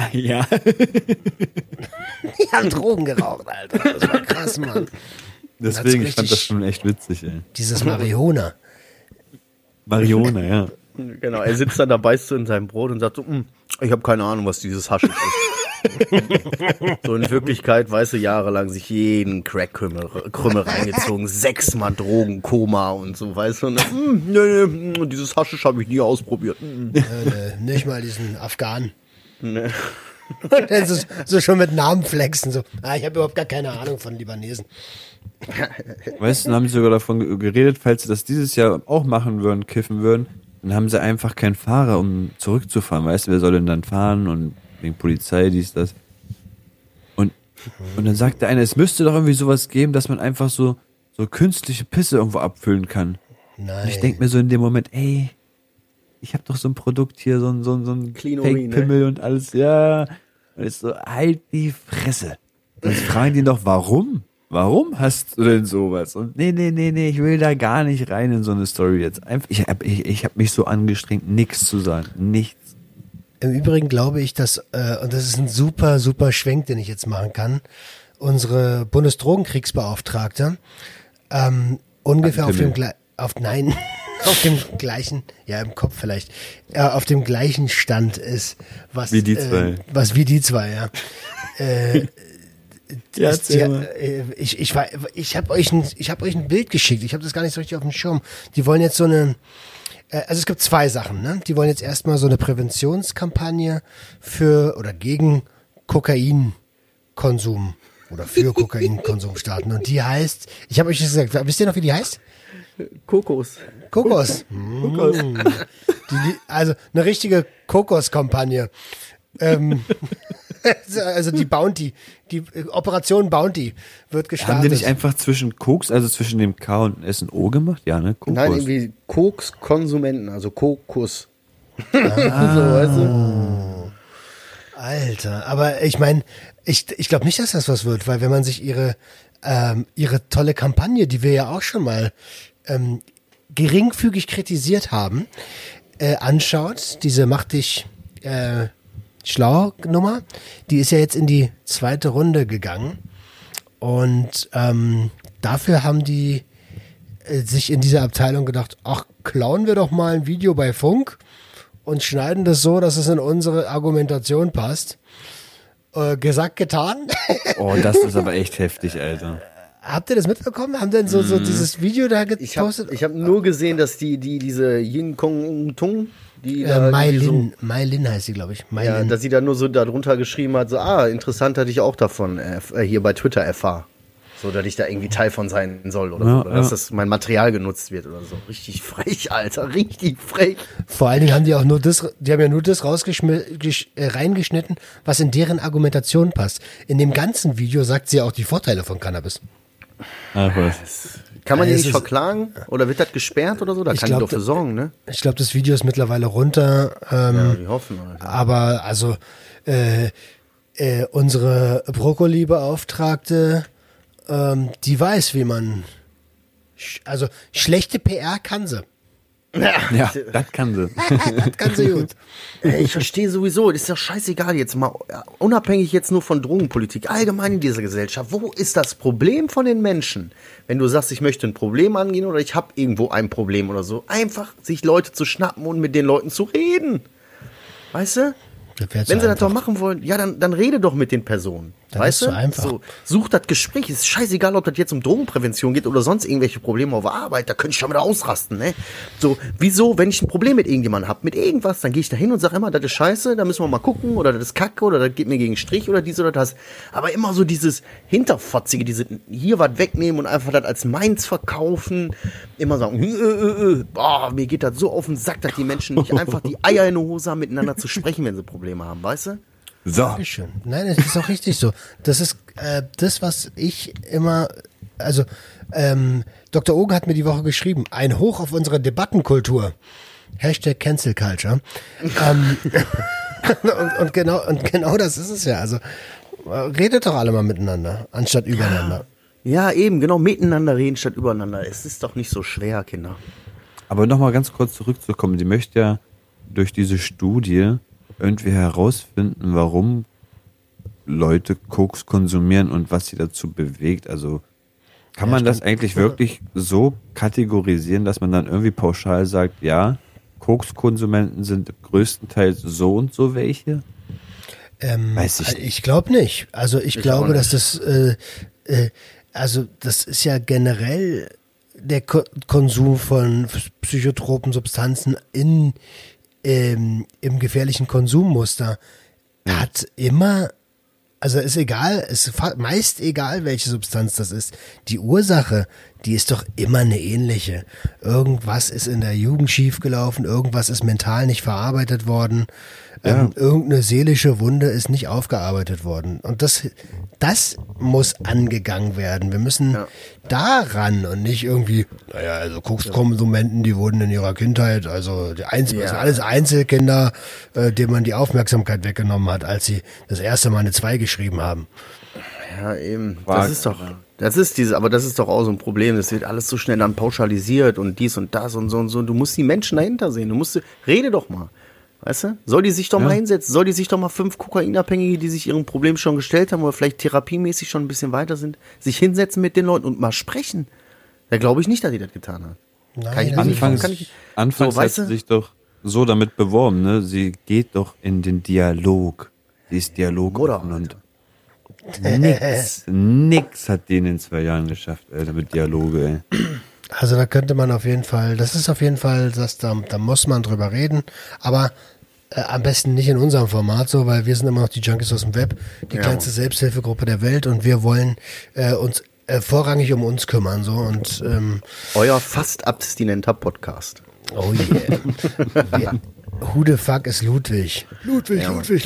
Die haben Drogen geraucht, Alter. Das war krass, Mann. Deswegen, ich fand das schon echt witzig, ey. Dieses Marihuana. Marihuana, ja. Genau, er sitzt dann da, beißt so in seinem Brot und sagt so, ich habe keine Ahnung, was dieses Haschisch ist. So in Wirklichkeit, weißt du, jahrelang sich jeden Crack-Krümmel reingezogen, 6-mal Drogenkoma und so, weißt du, und dann, nee, dieses Haschisch habe ich nie ausprobiert. Nicht mal diesen Afghanen. Nee. Und dann so schon mit Namen flexen, so, ich habe überhaupt gar keine Ahnung von Libanesen. Weißt du, dann haben sie sogar davon geredet, falls sie das dieses Jahr auch machen würden, kiffen würden, dann haben sie einfach keinen Fahrer, um zurückzufahren. Weißt du, wer soll denn dann fahren und wegen Polizei, dies, das. Und dann sagt der eine, es müsste doch irgendwie sowas geben, dass man einfach so künstliche Pisse irgendwo abfüllen kann. Nein. Und ich denke mir so in dem Moment, ey, ich habe doch so ein Produkt hier, so ein Fake-Pimmel und alles, ja. Und ich so, halt die Fresse. Dann fragen die noch, warum? Warum hast du denn sowas? Und nee, ich will da gar nicht rein in so eine Story jetzt. Einfach, ich hab mich so angestrengt, nichts zu sagen. Nichts. Im Übrigen glaube ich, dass, und das ist ein super, super Schwenk, den ich jetzt machen kann, unsere Bundesdrogenkriegsbeauftragte ungefähr auf dem gleichen, ja im Kopf vielleicht, auf dem gleichen Stand ist, was wie die zwei. Ja. Ja, ich habe euch ein Bild geschickt. Ich habe das gar nicht so richtig auf dem Schirm. Die wollen jetzt so eine, also es gibt zwei Sachen, ne? Die wollen jetzt erstmal so eine Präventionskampagne für oder gegen Kokainkonsum oder für Kokainkonsum starten. Und die heißt, ich habe euch das gesagt, wisst ihr noch, wie die heißt? Kokos. Also eine richtige Kokoskampagne. Also die Bounty, die Operation Bounty wird gestartet. Haben die nicht einfach zwischen Koks, also zwischen dem K und S und O gemacht? Ja, ne? Kokos. Nein, irgendwie Koks-Konsumenten, also Kokos. So, weißt du? Alter, aber ich meine, ich glaube nicht, dass das was wird, weil wenn man sich ihre tolle Kampagne, die wir ja auch schon mal geringfügig kritisiert haben, anschaut, diese Mach dich schlau Nummer, die ist ja jetzt in die zweite Runde gegangen und dafür haben die sich in dieser Abteilung gedacht, ach, klauen wir doch mal ein Video bei Funk und schneiden das so, dass es in unsere Argumentation passt. Gesagt, getan. Oh, das ist aber echt heftig, Alter. Habt ihr das mitbekommen? Haben denn so dieses Video da gepostet? Ich hab nur gesehen, dass diese Yin Kong Tung, die Mai Lin heißt sie, glaube ich. Ja, dass sie da nur so darunter geschrieben hat, so, interessant hatte ich auch davon hier bei Twitter erfahren. So, dass ich da irgendwie Teil von sein soll oder so. Oder dass das mein Material genutzt wird oder so. Richtig frech, Alter. Richtig frech. Vor allen Dingen haben die auch nur das reingeschnitten, was in deren Argumentation passt. In dem ganzen Video sagt sie auch die Vorteile von Cannabis. Ach was. Kann man die nicht verklagen? Oder wird das gesperrt oder so? Da kann die doch für sorgen, ne? Ich glaube, das Video ist mittlerweile runter. Ja, wir hoffen. Alter. Aber also unsere Brokkoli-Beauftragte, die weiß, wie man, also schlechte PR kann sie. Ja, das kann sie. Das kann sie gut. Ich verstehe sowieso, das ist ja scheißegal jetzt mal, unabhängig jetzt nur von Drogenpolitik, allgemein in dieser Gesellschaft, wo ist das Problem von den Menschen? Wenn du sagst, ich möchte ein Problem angehen oder ich habe irgendwo ein Problem oder so, einfach sich Leute zu schnappen und mit den Leuten zu reden. Weißt du? Wenn sie das doch machen wollen, ja, dann rede doch mit den Personen. Das weißt ist du? so einfach. So, such das Gespräch. Ist scheißegal, ob das jetzt um Drogenprävention geht oder sonst irgendwelche Probleme auf der Arbeit. Da könnte ich schon wieder ausrasten, ne? So, wieso, wenn ich ein Problem mit irgendjemandem habe, mit irgendwas, dann gehe ich da hin und sage immer, das ist scheiße, da müssen wir mal gucken oder das ist Kacke oder das geht mir gegen den Strich oder dies oder das. Aber immer so dieses Hinterfotzige, diese hier was wegnehmen und einfach das als meins verkaufen. Immer sagen, boah, mir geht das so auf den Sack, dass die Menschen nicht einfach die Eier in der Hose haben, miteinander zu sprechen, wenn sie Probleme haben, weißt du? So. Dankeschön. Nein, es ist auch richtig so. Das ist das, was ich immer, also Dr. Ogen hat mir die Woche geschrieben, ein Hoch auf unsere Debattenkultur. Hashtag Cancel Culture. und genau das ist es ja. Also redet doch alle mal miteinander, anstatt übereinander. Ja, eben, genau, miteinander reden statt übereinander. Es ist doch nicht so schwer, Kinder. Aber nochmal ganz kurz zurückzukommen, sie möchte ja durch diese Studie irgendwie herausfinden, warum Leute Koks konsumieren und was sie dazu bewegt. Also kann man das eigentlich wirklich so kategorisieren, dass man dann irgendwie pauschal sagt, ja, Kokskonsumenten sind größtenteils so und so welche? Weiß ich nicht. Ich glaube nicht. Also ich glaube, dass das also das ist ja generell der Konsum von psychotropen Substanzen im gefährlichen Konsummuster hat immer, also ist egal, ist meist egal, welche Substanz das ist. Die Ursache, die ist doch immer eine ähnliche. Irgendwas ist in der Jugend schiefgelaufen, irgendwas ist mental nicht verarbeitet worden, irgendeine seelische Wunde ist nicht aufgearbeitet worden. Und das muss angegangen werden. Wir müssen daran und nicht irgendwie, naja, also Kokskonsumenten, die wurden in ihrer Kindheit, also das sind alles Einzelkinder, denen man die Aufmerksamkeit weggenommen hat, als sie das erste Mal eine 2 geschrieben haben. Ja, eben. Das ist doch auch so ein Problem. Das wird alles so schnell dann pauschalisiert und dies und das und so und so. Du musst die Menschen dahinter sehen. Rede doch mal. Weißt du? Soll die sich doch mal hinsetzen? Soll die sich doch mal 5 Kokainabhängige, die sich ihrem Problem schon gestellt haben oder vielleicht therapiemäßig schon ein bisschen weiter sind, sich hinsetzen mit den Leuten und mal sprechen? Da glaube ich nicht, dass die das getan hat. Nein, Anfangs hat sie sich doch so damit beworben, ne? Sie geht doch in den Dialog. Sie ist Dialogoffen und nix hat denen in 2 Jahren geschafft, Alter, mit Dialoge, ey. Also da könnte man auf jeden Fall, das ist auf jeden Fall, da muss man drüber reden, aber am besten nicht in unserem Format so, weil wir sind immer noch die Junkies aus dem Web, die kleinste Selbsthilfegruppe der Welt und wir wollen uns vorrangig um uns kümmern. So und euer fast abstinenter Podcast. Oh yeah. Who the fuck ist Ludwig? Ludwig.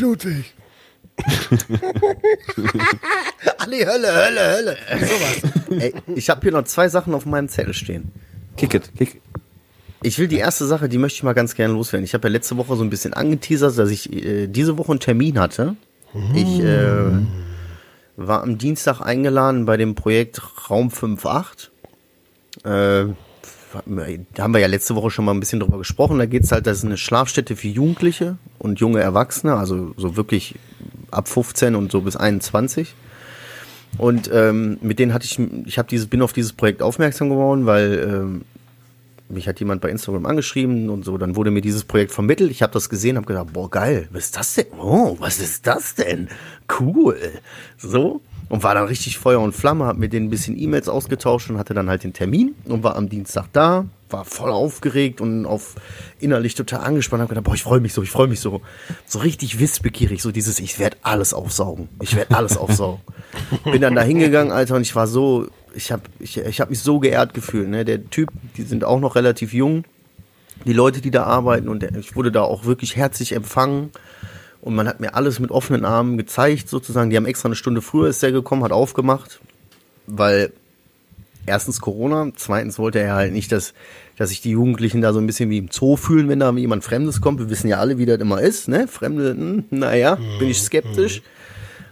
Alle Hölle. Sowas. Ey, ich habe hier noch 2 Sachen auf meinem Zettel stehen. Kick it. Ich will die erste Sache, die möchte ich mal ganz gerne loswerden. Ich habe ja letzte Woche so ein bisschen angeteasert, dass ich diese Woche einen Termin hatte. Ich war am Dienstag eingeladen bei dem Projekt Raum 5.8. Da haben wir ja letzte Woche schon mal ein bisschen drüber gesprochen. Da geht es halt, das ist eine Schlafstätte für Jugendliche und junge Erwachsene, also so wirklich ab 15 und so bis 21. Und mit denen bin auf dieses Projekt aufmerksam geworden, weil mich hat jemand bei Instagram angeschrieben und so, dann wurde mir dieses Projekt vermittelt. Ich habe das gesehen, habe gedacht, boah, geil, was ist das denn? Oh, was ist das denn? Cool. So. Und war dann richtig Feuer und Flamme, hab mit denen ein bisschen E-Mails ausgetauscht und hatte dann halt den Termin und war am Dienstag da, war voll aufgeregt und innerlich total angespannt, hab gedacht, boah, ich freue mich so. So richtig wissbegierig, so dieses, ich werde alles aufsaugen. Bin dann da hingegangen, Alter, und ich war so, ich hab mich so geehrt gefühlt, ne? Der Typ, die sind auch noch relativ jung, die Leute, die da arbeiten, und ich wurde da auch wirklich herzlich empfangen. Und man hat mir alles mit offenen Armen gezeigt, sozusagen. Die haben extra eine Stunde früher ist der gekommen, hat aufgemacht, weil erstens Corona, zweitens wollte er halt nicht, dass sich die Jugendlichen da so ein bisschen wie im Zoo fühlen, wenn da jemand Fremdes kommt. Wir wissen ja alle, wie das immer ist, ne? Fremde, bin ich skeptisch.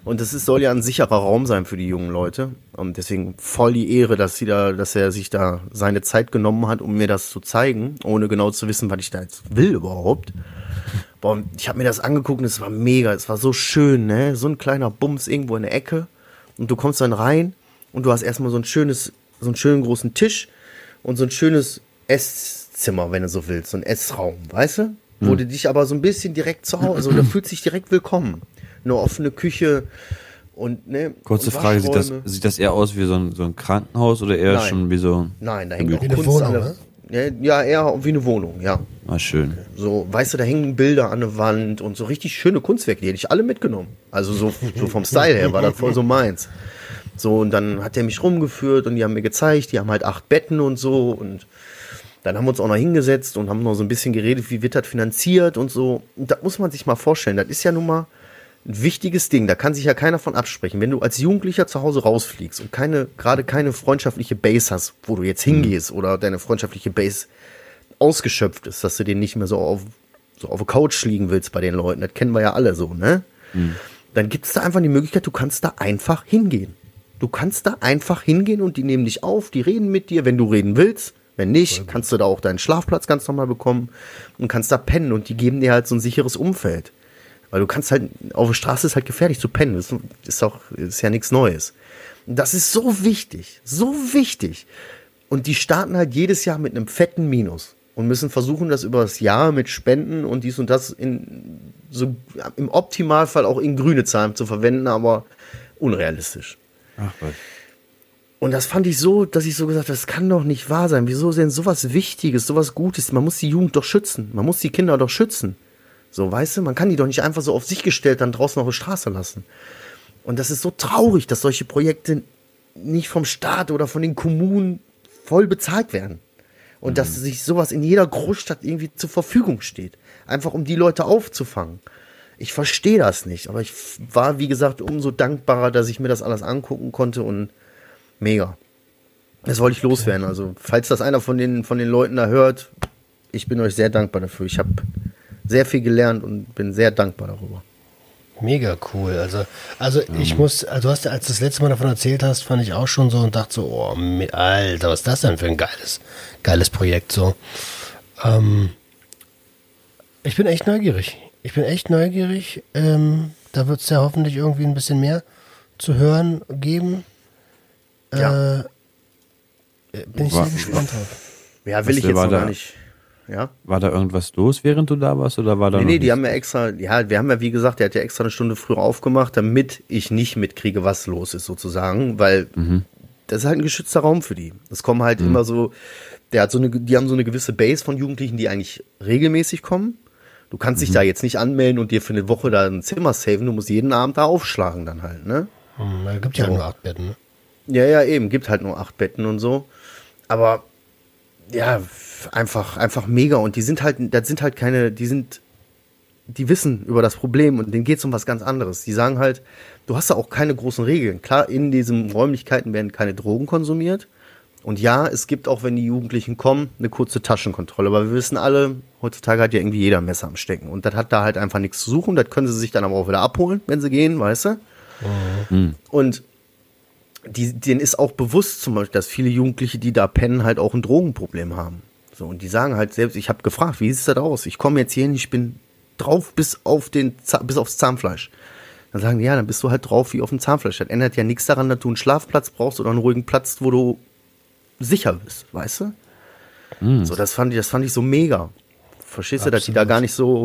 Und soll ja ein sicherer Raum sein für die jungen Leute. Und deswegen voll die Ehre, dass er sich da seine Zeit genommen hat, um mir das zu zeigen, ohne genau zu wissen, was ich da jetzt will überhaupt. Boah, ich habe mir das angeguckt und es war mega, es war so schön, ne? So ein kleiner Bums irgendwo in der Ecke und du kommst dann rein und du hast erstmal so einen schönen großen Tisch und so ein schönes Esszimmer, wenn du so willst, so ein Essraum, weißt du? Wo du dich aber so ein bisschen direkt zu Hause, also da fühlt sich direkt willkommen. Eine offene Küche und, ne? Kurze und Frage, sieht das eher aus wie so ein Krankenhaus oder eher schon wie so... Nein, da hängt auch Wie eine Kunst Wohnung, an ne? Ja, eher wie eine Wohnung, ja. Ah, schön. So, weißt du, da hängen Bilder an der Wand und so richtig schöne Kunstwerke, die hätte ich alle mitgenommen. Also so vom Style her war das voll so meins. So, und dann hat er mich rumgeführt und die haben mir gezeigt, die haben halt 8 Betten und so und dann haben wir uns auch noch hingesetzt und haben noch so ein bisschen geredet, wie wird das finanziert und so. Und das muss man sich mal vorstellen, das ist ja nun mal ein wichtiges Ding, da kann sich ja keiner von absprechen. Wenn du als Jugendlicher zu Hause rausfliegst und gerade keine freundschaftliche Base hast, wo du jetzt hingehst oder deine freundschaftliche Base ausgeschöpft ist, dass du den nicht mehr so auf der Couch liegen willst bei den Leuten, das kennen wir ja alle so, ne? Dann gibt es da einfach die Möglichkeit, du kannst da einfach hingehen. Du kannst da einfach hingehen und die nehmen dich auf, die reden mit dir, wenn du reden willst. Wenn nicht, kannst du da auch deinen Schlafplatz ganz normal bekommen und kannst da pennen und die geben dir halt so ein sicheres Umfeld. Weil du kannst halt, auf der Straße ist halt gefährlich zu pennen. Das ist ja nichts Neues. Und das ist so wichtig. So wichtig. Und die starten halt jedes Jahr mit einem fetten Minus und müssen versuchen, das über das Jahr mit Spenden und dies und das im Optimalfall auch in grüne Zahlen zu verwenden, aber unrealistisch. Ach was. Und das fand ich so, dass ich so gesagt habe, das kann doch nicht wahr sein. Wieso ist denn sowas Wichtiges, sowas Gutes? Man muss die Jugend doch schützen. Man muss die Kinder doch schützen. So, weißt du, man kann die doch nicht einfach so auf sich gestellt dann draußen auf der Straße lassen. Und das ist so traurig, dass solche Projekte nicht vom Staat oder von den Kommunen voll bezahlt werden. Und dass sich sowas in jeder Großstadt irgendwie zur Verfügung steht. Einfach um die Leute aufzufangen. Ich verstehe das nicht, aber ich war, wie gesagt, umso dankbarer, dass ich mir das alles angucken konnte und mega. Das wollte ich loswerden. Also, falls das einer von den Leuten da hört, ich bin euch sehr dankbar dafür. Ich habe sehr viel gelernt und bin sehr dankbar darüber. Mega cool. Also ich muss, also als du das letzte Mal davon erzählt hast, fand ich auch schon so und dachte so, oh, Alter, was ist das denn für ein geiles Projekt so. Ich bin echt neugierig. Da wird es ja hoffentlich irgendwie ein bisschen mehr zu hören geben. Ja. Bin ich sehr gespannt drauf. Ja, will ich jetzt noch gar nicht. Ja? War da irgendwas los, während du da warst, oder war da Nee, die haben ja extra, wir haben ja, wie gesagt, der hat ja extra eine Stunde früher aufgemacht, damit ich nicht mitkriege, was los ist sozusagen, weil das ist halt ein geschützter Raum für die. Es kommen halt immer so, die haben so eine gewisse Base von Jugendlichen, die eigentlich regelmäßig kommen. Du kannst dich da jetzt nicht anmelden und dir für eine Woche da ein Zimmer saven, du musst jeden Abend da aufschlagen dann halt, ne? Da gibt ja nur 8 Betten, ne? Ja, eben, gibt halt nur 8 Betten und so. Aber ja, einfach mega. Und die wissen über das Problem und denen geht es um was ganz anderes. Die sagen halt, du hast da auch keine großen Regeln. Klar, in diesen Räumlichkeiten werden keine Drogen konsumiert. Und ja, es gibt auch, wenn die Jugendlichen kommen, eine kurze Taschenkontrolle. Aber wir wissen alle, heutzutage hat ja irgendwie jeder ein Messer am Stecken. Und das hat da halt einfach nichts zu suchen. Das können sie sich dann aber auch wieder abholen, wenn sie gehen, weißt du? Und denen ist auch bewusst zum Beispiel, dass viele Jugendliche, die da pennen, halt auch ein Drogenproblem haben. So, und die sagen halt selbst, ich habe gefragt, wie sieht das aus? Ich komme jetzt hier hin, ich bin drauf bis aufs Zahnfleisch. Dann sagen die, ja, dann bist du halt drauf wie auf dem Zahnfleisch. Das ändert ja nichts daran, dass du einen Schlafplatz brauchst oder einen ruhigen Platz, wo du sicher bist, weißt du? So, das fand ich so mega. Verstehst du, dass die da gar nicht so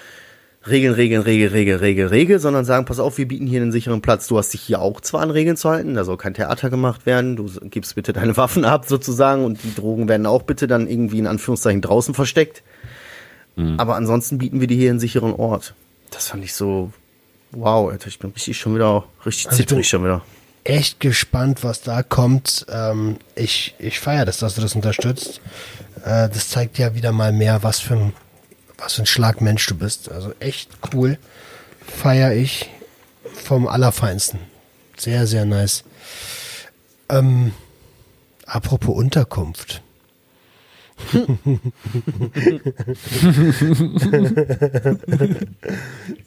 Regel, sondern sagen, pass auf, wir bieten hier einen sicheren Platz. Du hast dich hier auch zwar an Regeln zu halten, da soll kein Theater gemacht werden, du gibst bitte deine Waffen ab sozusagen und die Drogen werden auch bitte dann irgendwie in Anführungszeichen draußen versteckt. Aber ansonsten bieten wir dir hier einen sicheren Ort. Das fand ich so, wow, Alter, ich bin richtig zittrig schon wieder. Echt gespannt, was da kommt. Ich feiere das, dass du das unterstützt. Das zeigt ja wieder mal mehr, was für ein Schlagmensch du bist. Also echt cool. Feiere ich vom Allerfeinsten. Sehr, sehr nice. Apropos Unterkunft.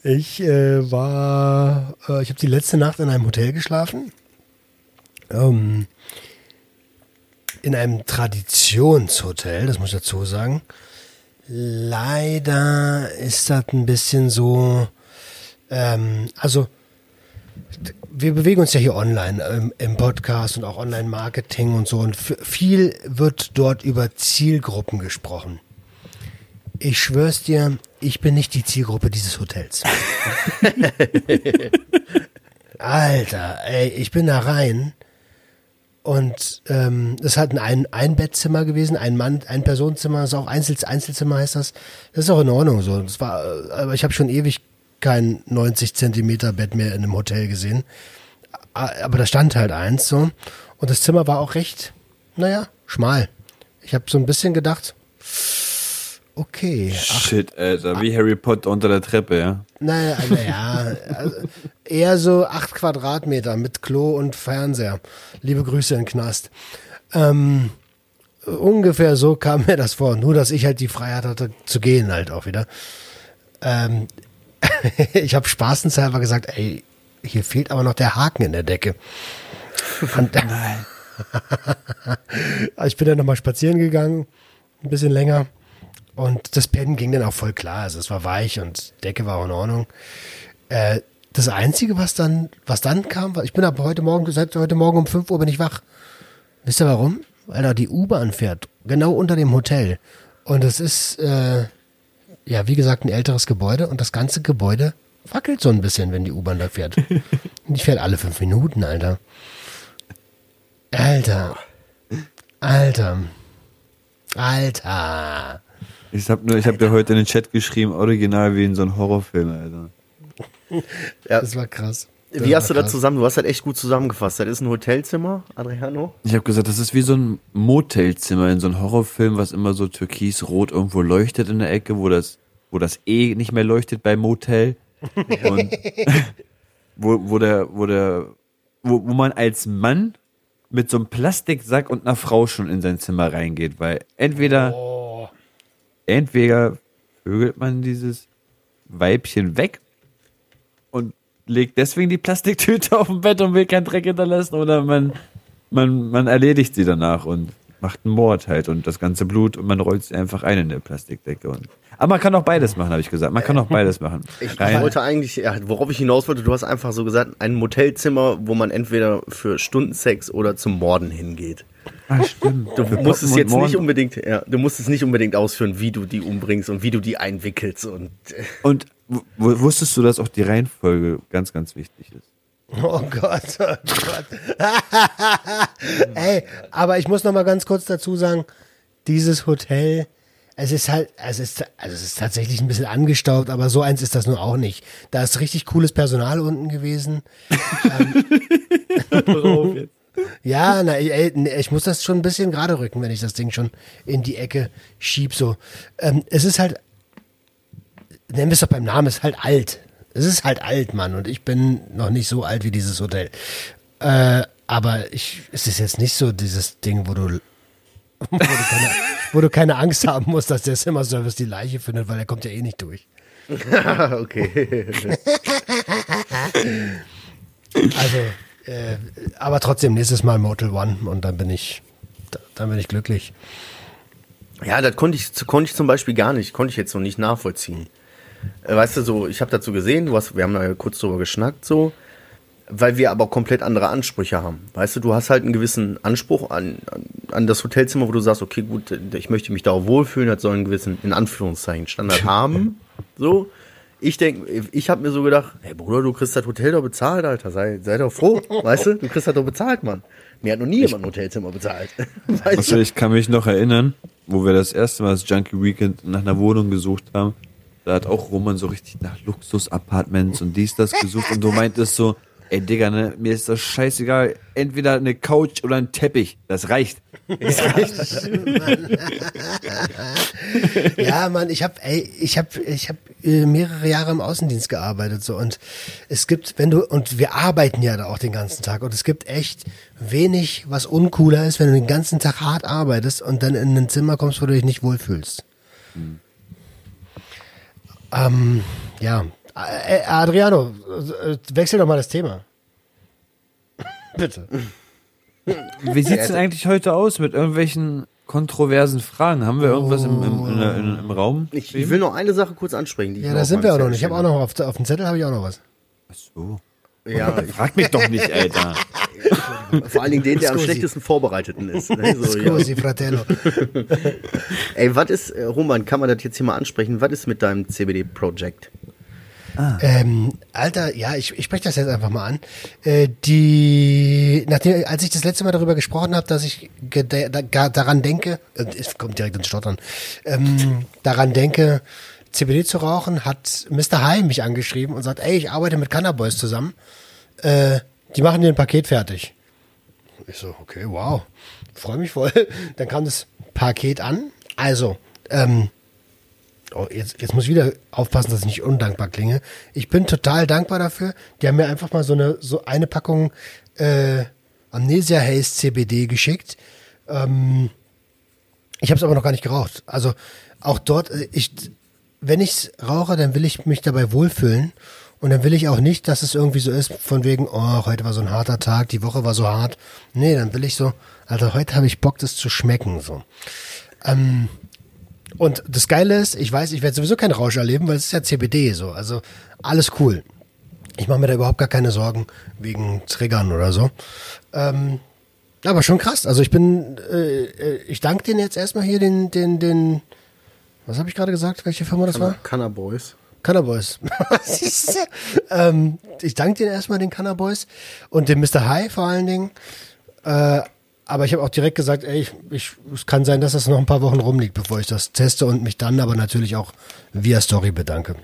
Ich ich habe die letzte Nacht in einem Hotel geschlafen. In einem Traditionshotel, das muss ich dazu sagen. Leider ist das ein bisschen so, also wir bewegen uns ja hier online im Podcast und auch Online-Marketing und so und viel wird dort über Zielgruppen gesprochen. Ich schwör's dir, ich bin nicht die Zielgruppe dieses Hotels. Alter, ey, ich bin da rein und das hat ein Einbettzimmer gewesen, ein Personenzimmer, das ist auch Einzelzimmer heißt das. Das ist auch in Ordnung so. Das war, aber ich habe schon ewig kein 90 Zentimeter Bett mehr in einem Hotel gesehen. Aber da stand halt eins so und das Zimmer war auch recht, naja, schmal. Ich habe so ein bisschen gedacht, okay. Shit, Alter, wie Harry Potter unter der Treppe, ja? Naja, also eher so 8 Quadratmeter mit Klo und Fernseher. Liebe Grüße in den Knast. Ungefähr so kam mir das vor. Nur, dass ich halt die Freiheit hatte, zu gehen halt auch wieder. Ich habe spaßenshalber gesagt, ey, hier fehlt aber noch der Haken in der Decke. Nein. Ich bin dann nochmal spazieren gegangen, ein bisschen länger. Und das Pennen ging dann auch voll klar. Also es war weich und Decke war auch in Ordnung. Das Einzige, was dann kam, ich bin aber seit heute Morgen um 5 Uhr bin ich wach. Wisst ihr warum? Weil da die U-Bahn fährt, genau unter dem Hotel. Und es ist, ja, wie gesagt, ein älteres Gebäude und das ganze Gebäude wackelt so ein bisschen, wenn die U-Bahn da fährt. Und die fährt alle 5 Minuten, Alter. Alter. Ich hab dir heute in den Chat geschrieben, original wie in so einem Horrorfilm, Alter. Ja. Das war krass. Wie hast du das zusammen? Du hast das echt gut zusammengefasst. Das ist ein Hotelzimmer, Adriano? Ich habe gesagt, das ist wie so ein Motelzimmer in so einem Horrorfilm, was immer so türkisrot irgendwo leuchtet in der Ecke, wo das nicht mehr leuchtet beim Motel. Und wo man als Mann mit so einem Plastiksack und einer Frau schon in sein Zimmer reingeht, weil entweder vögelt man dieses Weibchen weg und legt deswegen die Plastiktüte auf dem Bett und will keinen Dreck hinterlassen, oder man erledigt sie danach und macht einen Mord halt und das ganze Blut und man rollt sie einfach ein in der Plastikdecke. Aber man kann auch beides machen, habe ich gesagt. Man kann auch beides machen. Ich wollte eigentlich, ja, worauf ich hinaus wollte, du hast einfach so gesagt, ein Motelzimmer, wo man entweder für Stundensex oder zum Morden hingeht. Ah, stimmt. Du musst es jetzt nicht unbedingt, du musst es nicht unbedingt ausführen, wie du die umbringst und wie du die einwickelst. Und wusstest du, dass auch die Reihenfolge ganz, ganz wichtig ist? Oh Gott. Ey, aber ich muss noch mal ganz kurz dazu sagen, dieses Hotel, es ist tatsächlich ein bisschen angestaubt, aber so eins ist das nur auch nicht. Da ist richtig cooles Personal unten gewesen. Ja, ich muss das schon ein bisschen gerade rücken, wenn ich das Ding schon in die Ecke schieb, so. Es ist halt, nennen wir es doch beim Namen, es ist halt alt. Es ist halt alt, Mann, und ich bin noch nicht so alt wie dieses Hotel. Aber es ist jetzt nicht so dieses Ding, wo du keine Angst haben musst, dass der Zimmerservice die Leiche findet, weil er kommt ja eh nicht durch. Okay. Also, aber trotzdem, nächstes Mal Motel One und dann bin ich glücklich. Ja, das konnte ich zum Beispiel gar nicht, konnte ich jetzt noch nicht nachvollziehen. Weißt du, so, ich habe dazu gesehen, wir haben da kurz drüber geschnackt, so, weil wir aber komplett andere Ansprüche haben. Weißt du, du hast halt einen gewissen Anspruch an das Hotelzimmer, wo du sagst, okay, gut, ich möchte mich da auch wohlfühlen, das soll einen gewissen, in Anführungszeichen, Standard haben. So, ich habe mir so gedacht, hey Bruder, du kriegst das Hotel doch bezahlt, Alter, sei doch froh, weißt du, du kriegst das doch bezahlt, Mann. Mir hat noch nie jemand ein Hotelzimmer bezahlt. Also ich kann mich noch erinnern, wo wir das erste Mal das Junkie Weekend nach einer Wohnung gesucht haben, da hat auch Roman so richtig nach Luxus-Apartments und das gesucht und du meintest so, ey Digga, ne, mir ist das scheißegal, entweder eine Couch oder ein Teppich, das reicht. Das reicht. Ja, Mann, ich hab mehrere Jahre im Außendienst gearbeitet, so, und es gibt, und wir arbeiten ja da auch den ganzen Tag, und es gibt echt wenig, was uncooler ist, wenn du den ganzen Tag hart arbeitest und dann in ein Zimmer kommst, wo du dich nicht wohlfühlst. Ja, Adriano, wechsel doch mal das Thema. Bitte. Wie sieht's denn eigentlich heute aus mit irgendwelchen kontroversen Fragen? Haben wir irgendwas im Raum? Ich will noch eine Sache kurz ansprechen. Ja, da sind wir auch noch nicht. Ich habe auch noch auf dem Zettel habe ich auch noch was. Ach so. Ja, Frag mich doch nicht, Alter. vor allen Dingen den, der am schlechtesten Vorbereiteten ist. Ne? So, Scusi, Fratello. Ey, was ist, Roman, kann man das jetzt hier mal ansprechen? Was ist mit deinem CBD-Projekt? Alter, ja, ich spreche das jetzt einfach mal an. Als ich das letzte Mal darüber gesprochen habe, dass ich daran denke, es kommt direkt ins Stottern, daran denke, CBD zu rauchen, hat Mr. High mich angeschrieben und sagt, ey, ich arbeite mit Cannaboys zusammen. Die machen dir ein Paket fertig. Ich so, okay, wow, freue mich voll. Dann kam das Paket an. Also, jetzt muss ich wieder aufpassen, dass ich nicht undankbar klinge. Ich bin total dankbar dafür. Die haben mir einfach mal so eine Packung Amnesia Haze CBD geschickt. Ich habe es aber noch gar nicht geraucht. Also auch dort, wenn ich rauche, dann will ich mich dabei wohlfühlen. Und dann will ich auch nicht, dass es irgendwie so ist, von wegen, oh, heute war so ein harter Tag, die Woche war so hart. Nee, dann will ich so, Alter, heute habe ich Bock, das zu schmecken. So. Und das Geile ist, ich weiß, ich werde sowieso keinen Rausch erleben, weil es ist ja CBD so. Also alles cool. Ich mache mir da überhaupt gar keine Sorgen wegen Triggern oder so. Aber schon krass. Also ich danke denen jetzt erstmal hier den was habe ich gerade gesagt, welche Firma das war? Cannaboys. Cannaboys. Ich danke denen erstmal, den Cannaboys und dem Mr. High vor allen Dingen. Aber ich habe auch direkt gesagt, ey, es kann sein, dass das noch ein paar Wochen rumliegt, bevor ich das teste und mich dann aber natürlich auch via Story bedanke.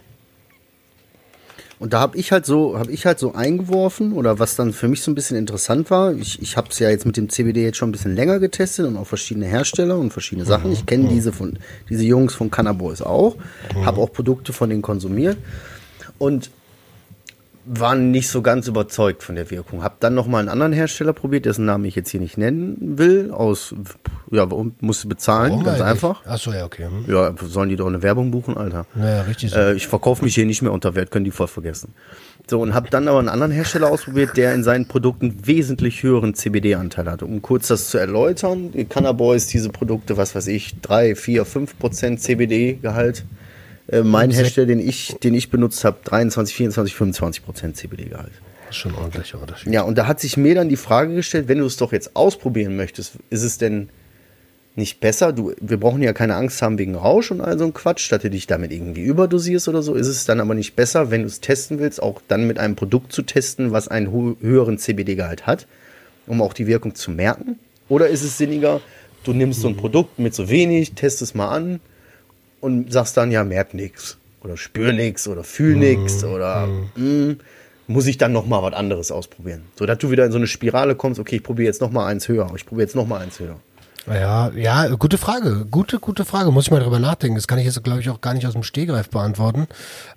Und da habe ich halt so eingeworfen, oder was dann für mich so ein bisschen interessant war, ich habe es ja jetzt mit dem CBD jetzt schon ein bisschen länger getestet und auch verschiedene Hersteller und verschiedene Sachen. Ich kenne diese Jungs von Cannaboys auch, habe auch Produkte von denen konsumiert und war nicht so ganz überzeugt von der Wirkung. Hab dann nochmal einen anderen Hersteller probiert, dessen Namen ich jetzt hier nicht nennen will, musste bezahlen, Warum ganz eigentlich? einfach. Achso, ja, okay. Ja, sollen die doch eine Werbung buchen, Alter. Naja, richtig so. Ich verkaufe mich hier nicht mehr unter Wert, können die voll vergessen. So, und habe dann aber einen anderen Hersteller ausprobiert, der in seinen Produkten wesentlich höheren CBD-Anteil hat. Um kurz das zu erläutern, die Cannaboys, diese Produkte, was weiß ich, 3, 4, 5% CBD-Gehalt. Mein Hersteller, den ich benutzt habe, 23, 24, 25% CBD-Gehalt. Das ist schon ein ordentlicher Unterschied. Ja, und da hat sich mir dann die Frage gestellt, wenn du es doch jetzt ausprobieren möchtest, ist es denn nicht besser? Wir brauchen ja keine Angst haben wegen Rausch und all so ein Quatsch, dass du dich damit irgendwie überdosierst oder so. Ist es dann aber nicht besser, wenn du es testen willst, auch dann mit einem Produkt zu testen, was einen höheren CBD-Gehalt hat, um auch die Wirkung zu merken? Oder ist es sinniger, du nimmst so ein Produkt mit so wenig, test es mal an und sagst dann, ja, merk nix oder spür nix oder fühl nix oder muss ich dann noch mal was anderes ausprobieren. So, dass du wieder in so eine Spirale kommst, okay, ich probiere jetzt noch mal eins höher, ich probiere jetzt noch mal eins höher. Ja, gute Frage. Gute Frage. Muss ich mal drüber nachdenken. Das kann ich jetzt, glaube ich, auch gar nicht aus dem Stehgreif beantworten.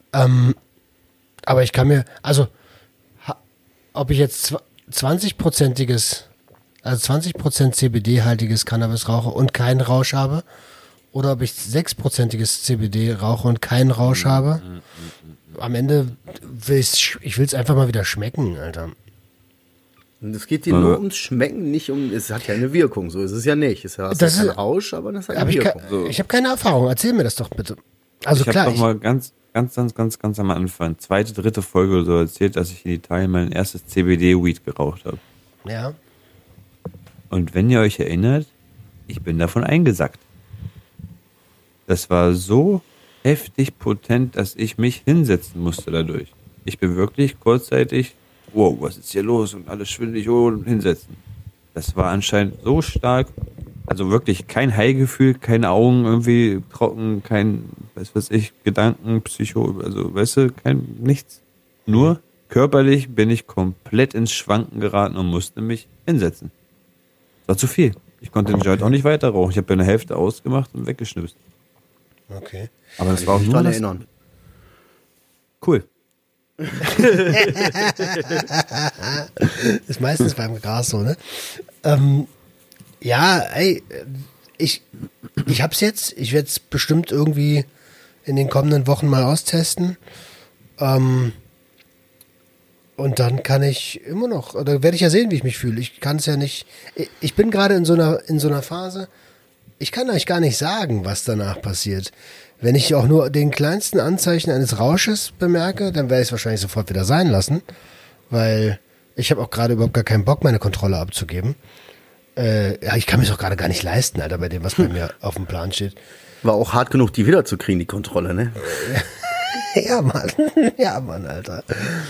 Aber ich kann mir, also, ob ich jetzt 20%iges, also 20% CBD-haltiges Cannabis rauche und keinen Rausch habe, oder ob ich 6%iges CBD rauche und keinen Rausch habe, am Ende will ich will es einfach mal wieder schmecken, Alter. Und es geht dir nur ums Schmecken, nicht es hat ja eine Wirkung, so ist es ja nicht. Es hat keinen Rausch, aber das hat eine Wirkung. Ich habe keine Erfahrung, erzähl mir das doch bitte. Also ich habe doch mal ganz am Anfang, 2., 3. Folge oder so erzählt, dass ich in Italien mein erstes CBD-Weed geraucht habe. Ja. Und wenn ihr euch erinnert, ich bin davon eingesackt. Das war so heftig potent, dass ich mich hinsetzen musste dadurch. Ich bin wirklich kurzzeitig, wow, was ist hier los? Und alles schwindelig, und hinsetzen. Das war anscheinend so stark, also wirklich kein High-Gefühl, keine Augen irgendwie trocken, kein, Gedanken, also weißt du, nichts. Nur körperlich bin ich komplett ins Schwanken geraten und musste mich hinsetzen. Das war zu viel. Ich konnte den Joint auch nicht weiter rauchen. Ich habe eine Hälfte ausgemacht und weggeschnipst. Okay. Aber das war auch nur dran erinnern. Cool. Ist meistens beim Gras so, ne? Ja, ey, ich hab's jetzt. Ich werde es bestimmt irgendwie in den kommenden Wochen mal austesten. Und dann kann ich immer noch, oder werde ich ja sehen, wie ich mich fühle. Ich kann es ja nicht, ich bin gerade in so einer Phase, ich kann euch gar nicht sagen, was danach passiert. Wenn ich auch nur den kleinsten Anzeichen eines Rausches bemerke, dann werde ich es wahrscheinlich sofort wieder sein lassen, weil ich habe auch gerade überhaupt gar keinen Bock, meine Kontrolle abzugeben. Ja, ich kann mich doch gerade gar nicht leisten, Alter, bei dem, was bei mir auf dem Plan steht. War auch hart genug, die wiederzukriegen, die Kontrolle, ne? Ja, Mann. Ja, Mann, Alter.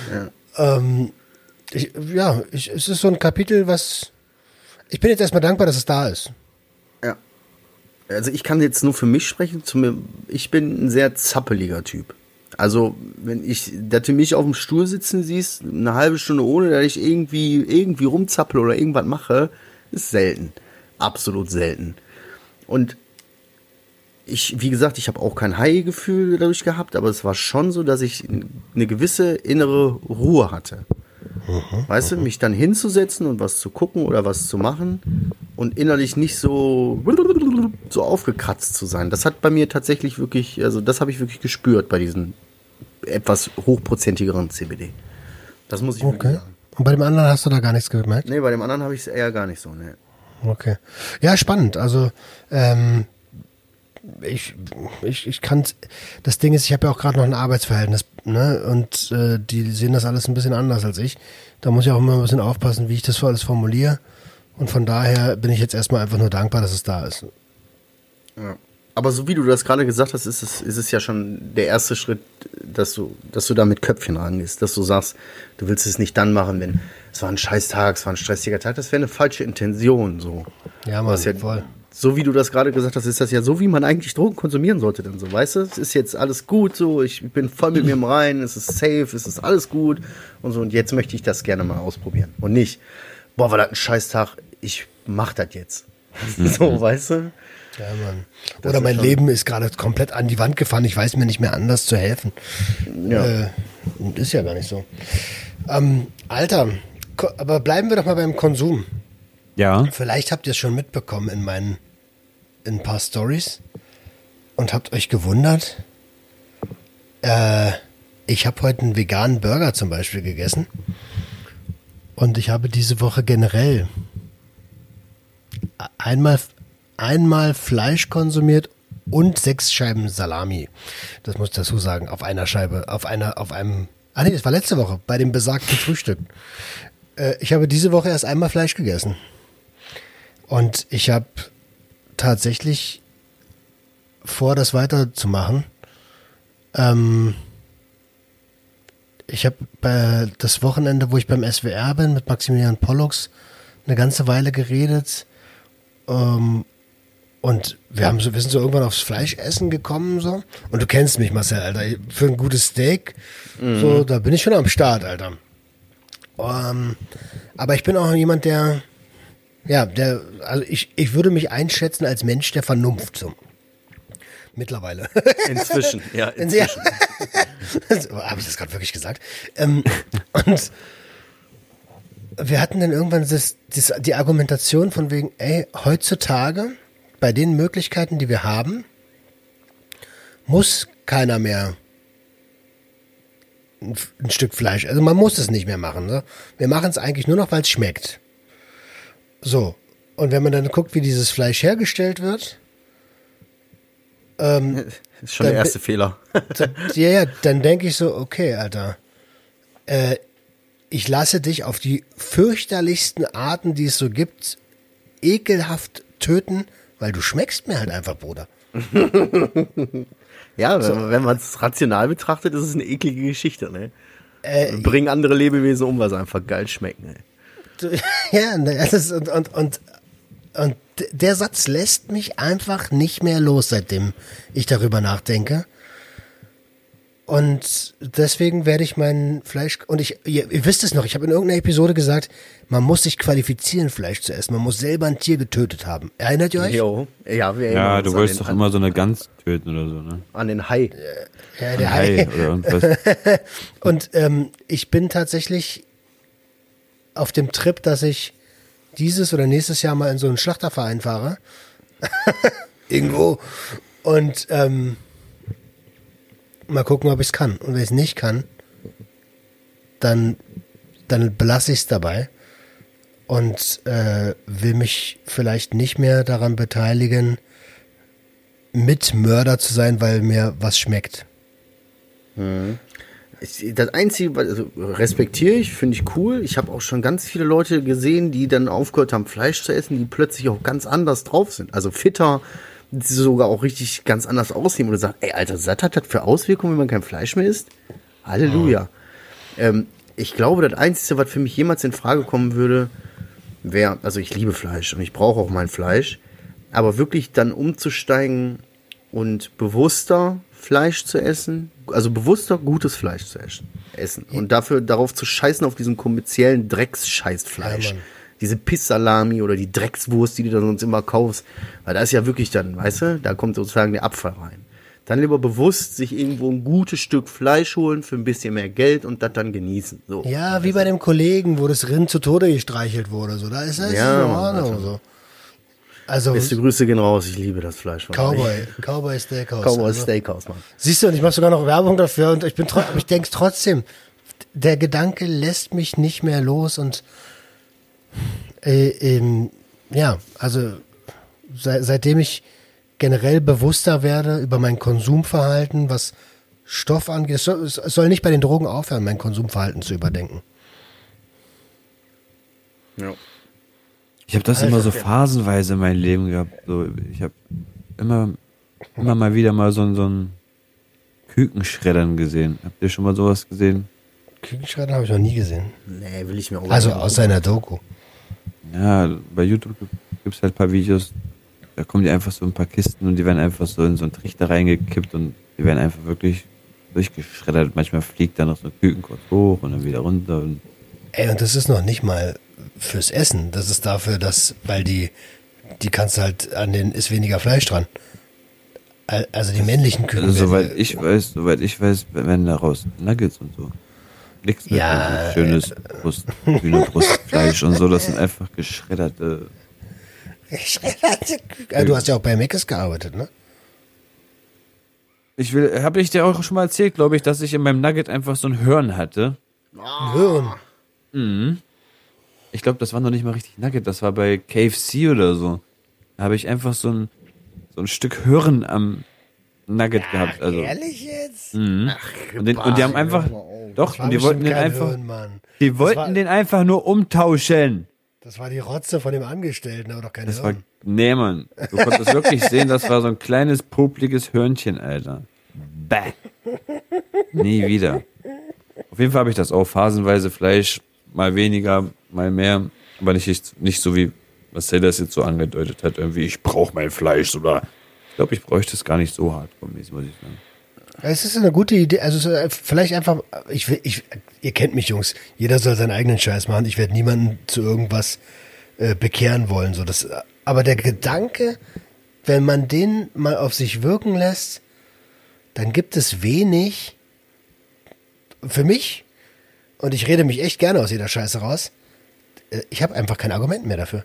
Ja. Es ist so ein Kapitel, was... Ich bin jetzt erstmal dankbar, dass es da ist. Ja. Also ich kann jetzt nur für mich sprechen. Ich bin ein sehr zappeliger Typ. Also wenn dass du mich auf dem Stuhl sitzen siehst, eine halbe Stunde ohne, dass ich irgendwie rumzappel oder irgendwas mache, ist selten. Absolut selten. Und wie gesagt, ich habe auch kein High-Gefühl dadurch gehabt, aber es war schon so, dass ich eine gewisse innere Ruhe hatte. Weißt du, mich dann hinzusetzen und was zu gucken oder was zu machen und innerlich nicht so aufgekratzt zu sein. Das hat bei mir tatsächlich wirklich, also das habe ich wirklich gespürt bei diesen etwas hochprozentigeren CBD. Das muss ich wirklich sagen. Und bei dem anderen hast du da gar nichts gemerkt? Nee, bei dem anderen habe ich es eher gar nicht so, ne. Okay. Ja, spannend. Also, ich kann, das Ding ist, ich habe ja auch gerade noch ein Arbeitsverhältnis, ne, und die sehen das alles ein bisschen anders als ich. Da muss ich auch immer ein bisschen aufpassen, wie ich das alles formuliere. Und von daher bin ich jetzt erstmal einfach nur dankbar, dass es da ist. Ja. Aber so wie du das gerade gesagt hast, ist es ja schon der erste Schritt, dass du da mit Köpfchen rangehst, dass du sagst, du willst es nicht dann machen, wenn es war ein scheiß Tag, es war ein stressiger Tag, das wäre eine falsche Intention, so. Ja, Mann, ja, voll. So wie du das gerade gesagt hast, ist das ja so, wie man eigentlich Drogen konsumieren sollte dann so, weißt du? Es ist jetzt alles gut so, ich bin voll mit mir im Reinen, es ist safe, es ist alles gut und so und jetzt möchte ich das gerne mal ausprobieren und nicht, boah, war das ein scheiß Tag, ich mach das jetzt. So, weißt du? Ja, Mann. Oder mein Leben ist gerade komplett an die Wand gefahren, ich weiß mir nicht mehr anders zu helfen. Ja. Ist ja gar nicht so. Alter, aber bleiben wir doch mal beim Konsum. Ja. Vielleicht habt ihr es schon mitbekommen in ein paar Stories und habt euch gewundert. Ich habe heute einen veganen Burger zum Beispiel gegessen und ich habe diese Woche generell einmal Fleisch konsumiert und 6 Scheiben Salami. Das muss ich dazu sagen, auf einer Scheibe, das war letzte Woche, bei dem besagten Frühstück. Ich habe diese Woche erst einmal Fleisch gegessen. Und ich habe tatsächlich vor, das weiterzumachen. Ich habe das Wochenende, wo ich beim SWR bin, mit Maximilian Pollux eine ganze Weile geredet. Und wir sind so irgendwann aufs Fleischessen gekommen. So. Und du kennst mich, Marcel, Alter. Für ein gutes Steak, so, da bin ich schon am Start, Alter. Aber ich bin auch jemand, also ich würde mich einschätzen als Mensch der Vernunft, so. Mittlerweile. Inzwischen, ja. Habe ich das gerade wirklich gesagt? Und wir hatten dann irgendwann die Argumentation von wegen, ey, heutzutage, bei den Möglichkeiten, die wir haben, muss keiner mehr ein Stück Fleisch, also man muss es nicht mehr machen. Ne? Wir machen es eigentlich nur noch, weil es schmeckt. So, und wenn man dann guckt, wie dieses Fleisch hergestellt wird, ist schon der erste Fehler. Dann denke ich so, okay, Alter, ich lasse dich auf die fürchterlichsten Arten, die es so gibt, ekelhaft töten, weil du schmeckst mir halt einfach, Bruder. Ja, wenn man es rational betrachtet, ist es eine eklige Geschichte, ne? Bringen andere Lebewesen um, weil sie einfach geil schmecken, ey. Ja, und der Satz lässt mich einfach nicht mehr los, seitdem ich darüber nachdenke. Und deswegen werde ich mein Fleisch, und ihr wisst es noch, ich habe in irgendeiner Episode gesagt, man muss sich qualifizieren, Fleisch zu essen. Man muss selber ein Tier getötet haben. Erinnert ihr euch? Jo, ja, wir erinnern Ja, uns du wolltest doch immer so eine Gans töten oder so, ne? an den Hai. Ja, der Hai oder irgendwas. Und ich bin tatsächlich auf dem Trip, dass ich dieses oder nächstes Jahr mal in so einen Schlachterverein fahre. Irgendwo. Und mal gucken, ob ich es kann. Und wenn ich es nicht kann, dann belasse ich es dabei und will mich vielleicht nicht mehr daran beteiligen, Mitmörder zu sein, weil mir was schmeckt. Das Einzige, also respektiere ich, finde ich cool. Ich habe auch schon ganz viele Leute gesehen, die dann aufgehört haben, Fleisch zu essen, die plötzlich auch ganz anders drauf sind. Also fitter, die sogar auch richtig ganz anders aussehen. Und du sagst, ey, Alter, was hat das für Auswirkungen, wenn man kein Fleisch mehr isst? Halleluja. Ich glaube, das Einzige, was für mich jemals in Frage kommen würde, wäre, also ich liebe Fleisch und ich brauche auch mein Fleisch, aber wirklich dann umzusteigen und bewusster Fleisch zu essen, also bewusster gutes Fleisch zu essen und darauf zu scheißen auf diesen kommerziellen Drecksscheißfleisch. Ja, Mann. Diese Pissalami oder die Dreckswurst, die du dann sonst immer kaufst, weil da ist ja wirklich dann, weißt du, da kommt sozusagen der Abfall rein. Dann lieber bewusst sich irgendwo ein gutes Stück Fleisch holen für ein bisschen mehr Geld und das dann genießen. So. Ja, wie bei dem Kollegen, wo das Rind zu Tode gestreichelt wurde. So, da ist das Ja, in Ordnung. Mann, So. Also Beste Grüße gehen raus, ich liebe das Fleisch. von euch. Cowboy Steakhouse. Cowboy also. Steakhouse, Mann. Siehst du, und ich mache sogar noch Werbung dafür und ich denke trotzdem, der Gedanke lässt mich nicht mehr los und ja, also seitdem ich generell bewusster werde über mein Konsumverhalten, was Stoff angeht, es soll nicht bei den Drogen aufhören, mein Konsumverhalten zu überdenken. Ja. Ich habe das immer so phasenweise in meinem Leben gehabt. So, ich habe immer mal wieder mal so ein Kükenschreddern gesehen. Habt ihr schon mal sowas gesehen? Küchenschredder habe ich noch nie gesehen. Nee, will ich mir auch Also nicht aus seiner Doku. Ja, bei YouTube gibt es halt ein paar Videos, da kommen die einfach so ein paar Kisten und die werden einfach so in so einen Trichter reingekippt und die werden einfach wirklich durchgeschreddert. Manchmal fliegt da noch so ein Küken kurz hoch und dann wieder runter. Und Ey, und das ist noch nicht mal fürs Essen. Das ist dafür, weil die kannst du halt ist weniger Fleisch dran. Also die männlichen Küken. also, soweit ich weiß, werden daraus Nuggets und so. Nichts mit Ja, schönes Hühnerbrustfleisch und so, das sind einfach geschredderte. Geschredderte Küken. Du hast ja auch bei Mc's gearbeitet, ne? Habe ich dir auch schon mal erzählt, glaube ich, dass ich in meinem Nugget einfach so ein Hirn hatte. Hirn. Ich glaube, das war noch nicht mal richtig Nugget, das war bei KFC oder so. Da habe ich einfach so ein Stück Hirn am Nugget gehabt. Also. Ehrlich jetzt? Und die haben einfach, doch, und die wollten den einfach, Hirn, Mann. die wollten den einfach nur umtauschen. Das war die Rotze von dem Angestellten, aber doch keine Das war, Hirn. nee, Mann, du konntest wirklich sehen, das war so ein kleines, popliges Hörnchen, Alter. Bäh. Nie wieder. Auf jeden Fall habe ich das auch phasenweise Fleisch, mal weniger, mal mehr, aber nicht so wie Marcel das jetzt so angedeutet hat, irgendwie, ich brauche mein Fleisch oder ich glaube, ich bräuchte es gar nicht so hardcore-mäßig, muss ich sagen. Es ist eine gute Idee, also vielleicht einfach, ihr kennt mich, Jungs, jeder soll seinen eigenen Scheiß machen, ich werde niemanden zu irgendwas bekehren wollen, so das, aber der Gedanke, wenn man den mal auf sich wirken lässt, dann gibt es wenig für mich, und ich rede mich echt gerne aus jeder Scheiße raus, ich habe einfach kein Argument mehr dafür.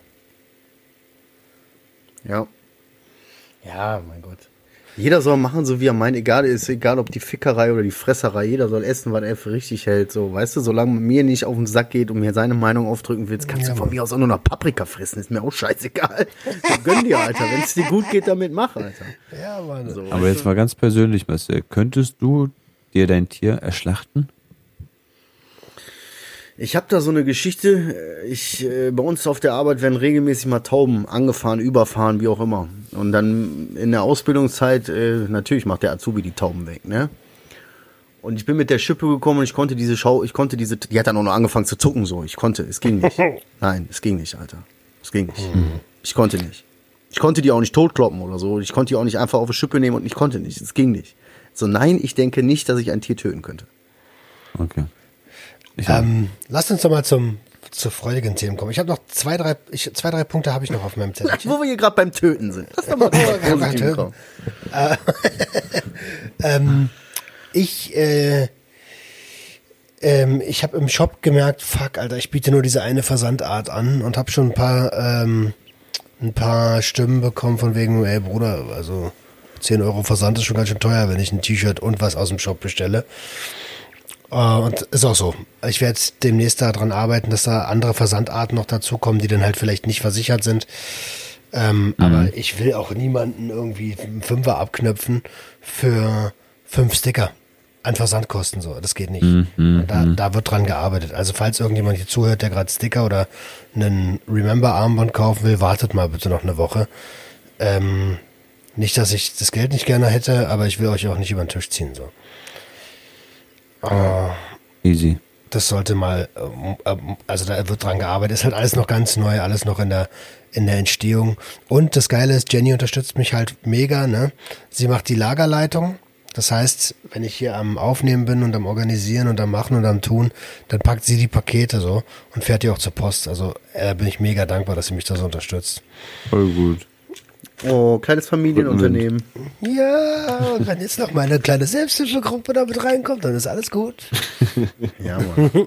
Ja. Ja, mein Gott. Jeder soll machen, so wie er meint, ist egal, ob die Fickerei oder die Fresserei, jeder soll essen, was er für richtig hält, so, weißt du, solange man mir nicht auf den Sack geht und mir seine Meinung aufdrücken willst, kannst du von mir aus auch nur noch Paprika fressen, ist mir auch scheißegal. Gönn dir, Alter, wenn es dir gut geht, damit mach, Alter. Ja, Mann. So, Aber jetzt mal ganz persönlich, Marcel, könntest du dir dein Tier erschlachten? ich habe da so eine Geschichte, bei uns auf der Arbeit werden regelmäßig mal Tauben angefahren, überfahren, wie auch immer. Und dann in der Ausbildungszeit, natürlich macht der Azubi die Tauben weg, ne? Und ich bin mit der Schippe gekommen und ich konnte die hat dann auch noch angefangen zu zucken, so. Es ging nicht. Nein, es ging nicht, Alter. Es ging nicht. Ich konnte nicht. Ich konnte die auch nicht totkloppen oder so. Ich konnte die auch nicht einfach auf eine Schippe nehmen und ich konnte nicht. Es ging nicht. So, nein, ich denke nicht, dass ich ein Tier töten könnte. Okay. Lasst uns doch mal zu freudigen Themen kommen. Ich habe noch zwei, drei Punkte habe ich noch auf meinem Zettel. Wo wir hier gerade beim Töten sind. Lass doch mal Töten. kommen. Ich habe im Shop gemerkt, fuck, Alter, ich biete nur diese eine Versandart an und habe schon ein paar Stimmen bekommen von wegen, ey Bruder, also 10 € Versand ist schon ganz schön teuer, wenn ich ein T-Shirt und was aus dem Shop bestelle. Und ist auch so. Ich werde demnächst daran arbeiten, dass da andere Versandarten noch dazukommen, die dann halt vielleicht nicht versichert sind. Aber ich will auch niemanden irgendwie einen Fünfer abknöpfen für 5 Sticker an Versandkosten. So, das geht nicht. Da wird dran gearbeitet. Also falls irgendjemand hier zuhört, der gerade Sticker oder einen Remember-Armband kaufen will, wartet mal bitte noch eine Woche. Nicht, dass ich das Geld nicht gerne hätte, aber ich will euch auch nicht über den Tisch ziehen. So. Easy. Das sollte mal, also da wird dran gearbeitet. Ist halt alles noch ganz neu, alles noch in der Entstehung. Und das Geile ist, Jenny unterstützt mich halt mega, ne? Sie macht die Lagerleitung. Das heißt, wenn ich hier am Aufnehmen bin und am Organisieren und am Machen und am Tun, dann packt sie die Pakete so und fährt die auch zur Post. Also bin ich mega dankbar, dass sie mich da so unterstützt. Voll gut. Oh, kleines Familienunternehmen. Ja, und wenn jetzt noch mal eine kleine Selbsthilfegruppe da mit reinkommt, dann ist alles gut. Ja, Mann.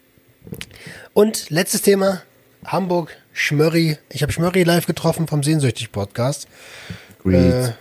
Und letztes Thema, Hamburg, Schmörri. Ich habe Schmörri live getroffen vom Sehnsüchtig-Podcast. Great.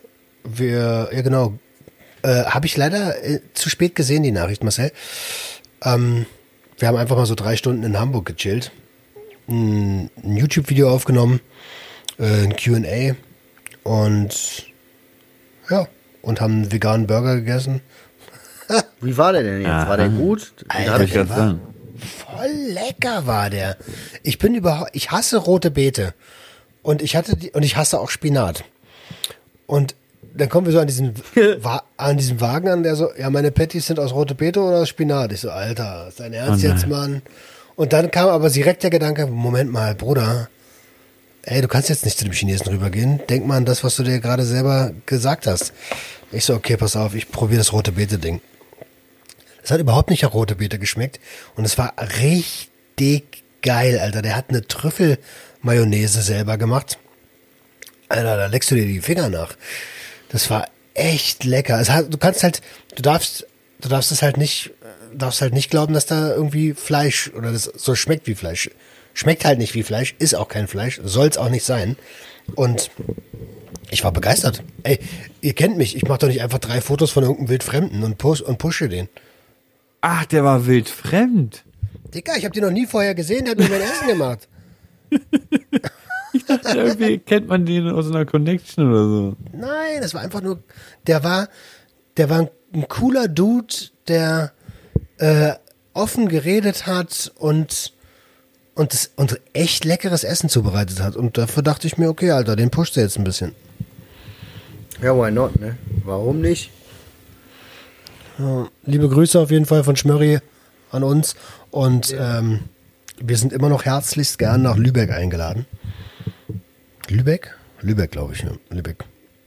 Genau. Habe ich leider zu spät gesehen, die Nachricht, Marcel. Wir haben einfach mal so 3 Stunden in Hamburg gechillt. Ein YouTube-Video aufgenommen, ein Q&A und ja, und haben einen veganen Burger gegessen. Wie war der denn jetzt? War der gut? Alter, Wollte ich grad sagen. Voll lecker war der. Ich hasse rote Beete. Und ich hasse auch Spinat. Und dann kommen wir so an diesem Wagen an, der so, ja, meine Patties sind aus rote Beete oder aus Spinat. Ich so, Alter, ist dein Ernst jetzt, Mann? Und dann kam aber direkt der Gedanke, Moment mal, Bruder, ey, du kannst jetzt nicht zu dem Chinesen rübergehen. Denk mal an das, was du dir gerade selber gesagt hast. Ich so, okay, pass auf, ich probiere das rote Beete-Ding. Es hat überhaupt nicht nach rote Beete geschmeckt. Und es war richtig geil, Alter. Der hat eine Trüffelmayonnaise selber gemacht. Alter, da leckst du dir die Finger nach. Das war echt lecker. Du darfst es halt nicht, glauben, dass da irgendwie Fleisch oder das so schmeckt wie Fleisch. Schmeckt halt nicht wie Fleisch, ist auch kein Fleisch, soll es auch nicht sein. Und ich war begeistert. Ey, ihr kennt mich, ich mache doch nicht einfach 3 Fotos von irgendeinem Wildfremden und pushe den. Ach, der war wildfremd. Digga, ich habe den noch nie vorher gesehen, der hat mir mein Essen gemacht. Ich dachte, irgendwie kennt man den aus einer Connection oder so. Nein, das war einfach nur, der war ein cooler Dude, der offen geredet hat und echt leckeres Essen zubereitet hat. Und dafür dachte ich mir, okay, Alter, den pusht er jetzt ein bisschen. Ja, why not, ne? Warum nicht? Ja, liebe Grüße auf jeden Fall von Schmörri an uns. Und wir sind immer noch herzlichst gern nach Lübeck eingeladen. Lübeck? Lübeck, glaube ich, ne? Lübeck.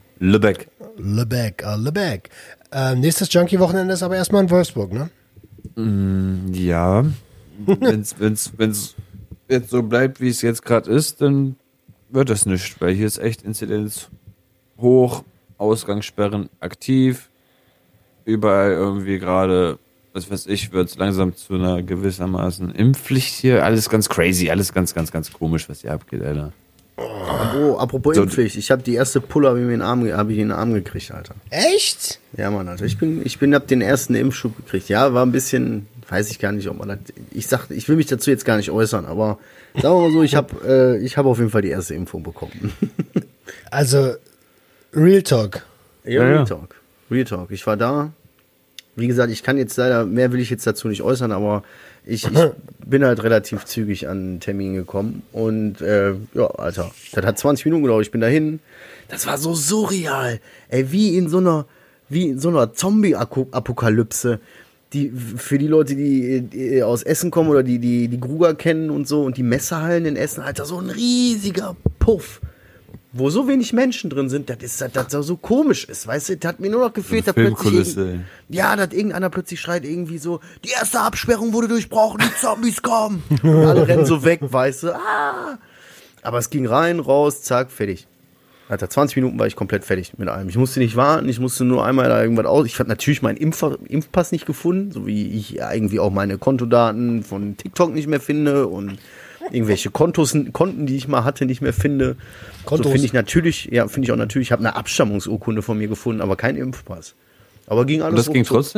Lübeck. Nächstes Junkie-Wochenende ist aber erstmal in Wolfsburg, ne? Ja. Wenn's jetzt so bleibt, wie es jetzt gerade ist, dann wird das nicht, weil hier ist echt Inzidenz hoch, Ausgangssperren aktiv, überall irgendwie gerade, was weiß ich, wird es langsam zu einer gewissermaßen Impfpflicht hier, alles ganz crazy, alles ganz, ganz, ganz komisch, was hier abgeht, Alter. Oh, apropos Impfpflicht, ich habe die erste Pulle in den Arm gekriegt, Alter. Echt? Ja, Mann, Alter, hab den ersten Impfschub gekriegt. Ja, war ein bisschen, weiß ich gar nicht, ob man das, ich will mich dazu jetzt gar nicht äußern, aber sagen wir mal so, ich hab auf jeden Fall die erste Impfung bekommen. Also, Real Talk. Ja, Real Talk. Ich war da. Wie gesagt, ich kann jetzt leider, mehr will ich jetzt dazu nicht äußern, aber ich bin halt relativ zügig an einen Termin gekommen und ja, Alter, das hat 20 Minuten gedauert, ich bin dahin. Das war so surreal. Ey, wie in so einer Zombie-Apokalypse. Für die Leute, die aus Essen kommen oder die Gruger kennen und so und die Messehallen in Essen, Alter, so ein riesiger Puff, wo so wenig Menschen drin sind, das so komisch ist, weißt du, das hat mir nur noch gefehlt, dass irgendeiner plötzlich schreit irgendwie so, die erste Absperrung wurde durchbrochen, die Zombies kommen. Und alle rennen so weg, weißt du, aber es ging rein, raus, zack, fertig. Alter, 20 Minuten war ich komplett fertig mit allem. Ich musste nicht warten, ich musste nur einmal da irgendwas aus. Ich habe natürlich meinen Impfpass nicht gefunden, so wie ich irgendwie auch meine Kontodaten von TikTok nicht mehr finde und irgendwelche Konten, die ich mal hatte, nicht mehr finde. Kontos. So finde ich auch natürlich. Ich habe eine Abstammungsurkunde von mir gefunden, aber keinen Impfpass. Aber ging alles. Und das ging trotzdem?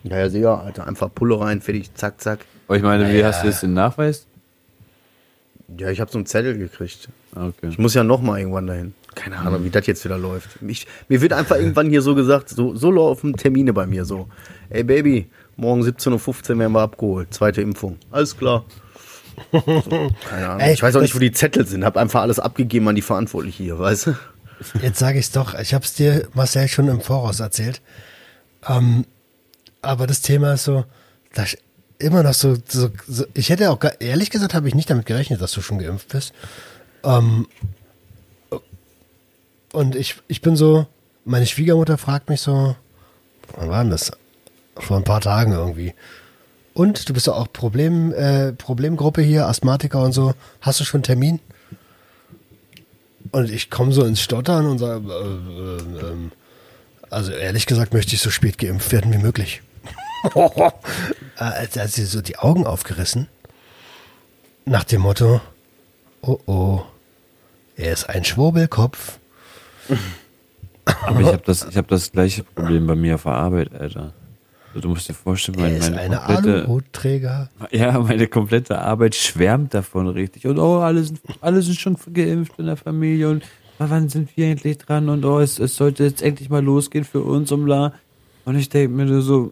Ja, sicher, Alter. Einfach Pulle rein, fertig, zack, zack. Aber ich meine, wie hast du jetzt den Nachweis? Ja, ich habe so einen Zettel gekriegt. Okay. Ich muss ja noch mal irgendwann dahin. Keine Ahnung, wie das jetzt wieder läuft. Mir wird einfach irgendwann hier so gesagt, so laufen Termine bei mir so. Ey Baby, morgen 17:15 Uhr werden wir abgeholt. 2. Impfung. Alles klar. So, keine Ahnung. Ey, ich weiß auch nicht, wo die Zettel sind. Hab einfach alles abgegeben an die Verantwortlichen hier, weißt du? Jetzt sage ich es doch. Ich habe es dir, Marcel, schon im Voraus erzählt. Aber das Thema ist so, das immer noch so ich hätte auch, ehrlich gesagt, habe ich nicht damit gerechnet, dass du schon geimpft bist. Und ich bin so, meine Schwiegermutter fragt mich so, wann war denn das? Vor ein paar Tagen irgendwie. Und du bist doch auch Problemgruppe hier, Asthmatiker und so. Hast du schon einen Termin? Und ich komme so ins Stottern und sage, also ehrlich gesagt möchte ich so spät geimpft werden wie möglich. Als sie so die Augen aufgerissen, nach dem Motto, oh, er ist ein Schwurbelkopf. Aber ich hab das gleiche Problem bei mir auf der Arbeit, Alter. Also, du musst dir vorstellen, Er ist ein Aluhutträger. Ja, meine komplette Arbeit schwärmt davon richtig. Und alle sind schon geimpft in der Familie und wann sind wir endlich dran? Und es sollte jetzt endlich mal losgehen für uns und bla. Und ich denke mir nur so,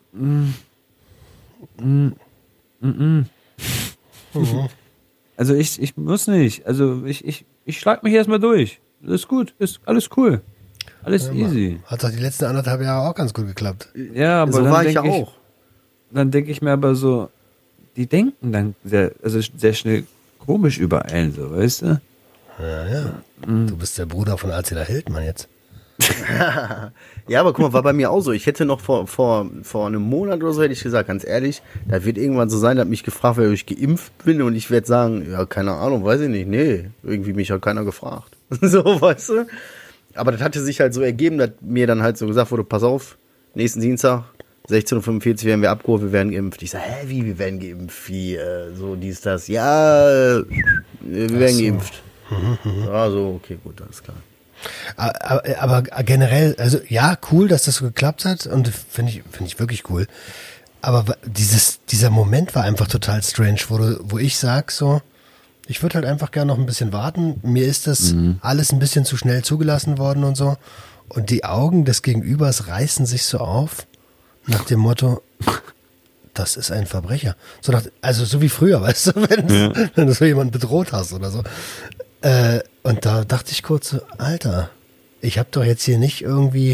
Also ich muss nicht. Also ich schlag mich erstmal durch. Das ist gut, ist alles cool. Alles easy. Hat doch die letzten 1,5 Jahre auch ganz gut geklappt. Ja, aber So dann war ich denk ja auch. Dann denke ich mir aber so, die denken dann sehr schnell komisch über einen, so, weißt du? Ja. Du bist der Bruder von Attila Hildmann jetzt. Ja, aber guck mal, war bei mir auch so. Ich hätte noch vor einem Monat oder so, hätte ich gesagt, ganz ehrlich, da wird irgendwann so sein, da hat mich gefragt, wer ich geimpft bin und ich werde sagen, ja, keine Ahnung, weiß ich nicht, nee, irgendwie mich hat keiner gefragt. So, weißt du? Aber das hatte sich halt so ergeben, dass mir dann halt so gesagt wurde, pass auf, nächsten Dienstag, 16:45 Uhr werden wir abgeholt, wir werden geimpft. Ich sage, wie, wir werden geimpft? Wie, so dies, das? Ja, wir werden geimpft. Ja, so, okay, gut, alles klar. Aber generell, also ja, cool, dass das so geklappt hat und finde ich wirklich cool. Aber dieser Moment war einfach total strange, wo ich sag so, ich würde halt einfach gerne noch ein bisschen warten. Mir ist das alles ein bisschen zu schnell zugelassen worden und so. Und die Augen des Gegenübers reißen sich so auf nach dem Motto, das ist ein Verbrecher. Also so wie früher, weißt du, wenn du so jemanden bedroht hast oder so. Und da dachte ich kurz so, Alter, ich habe doch jetzt hier nicht irgendwie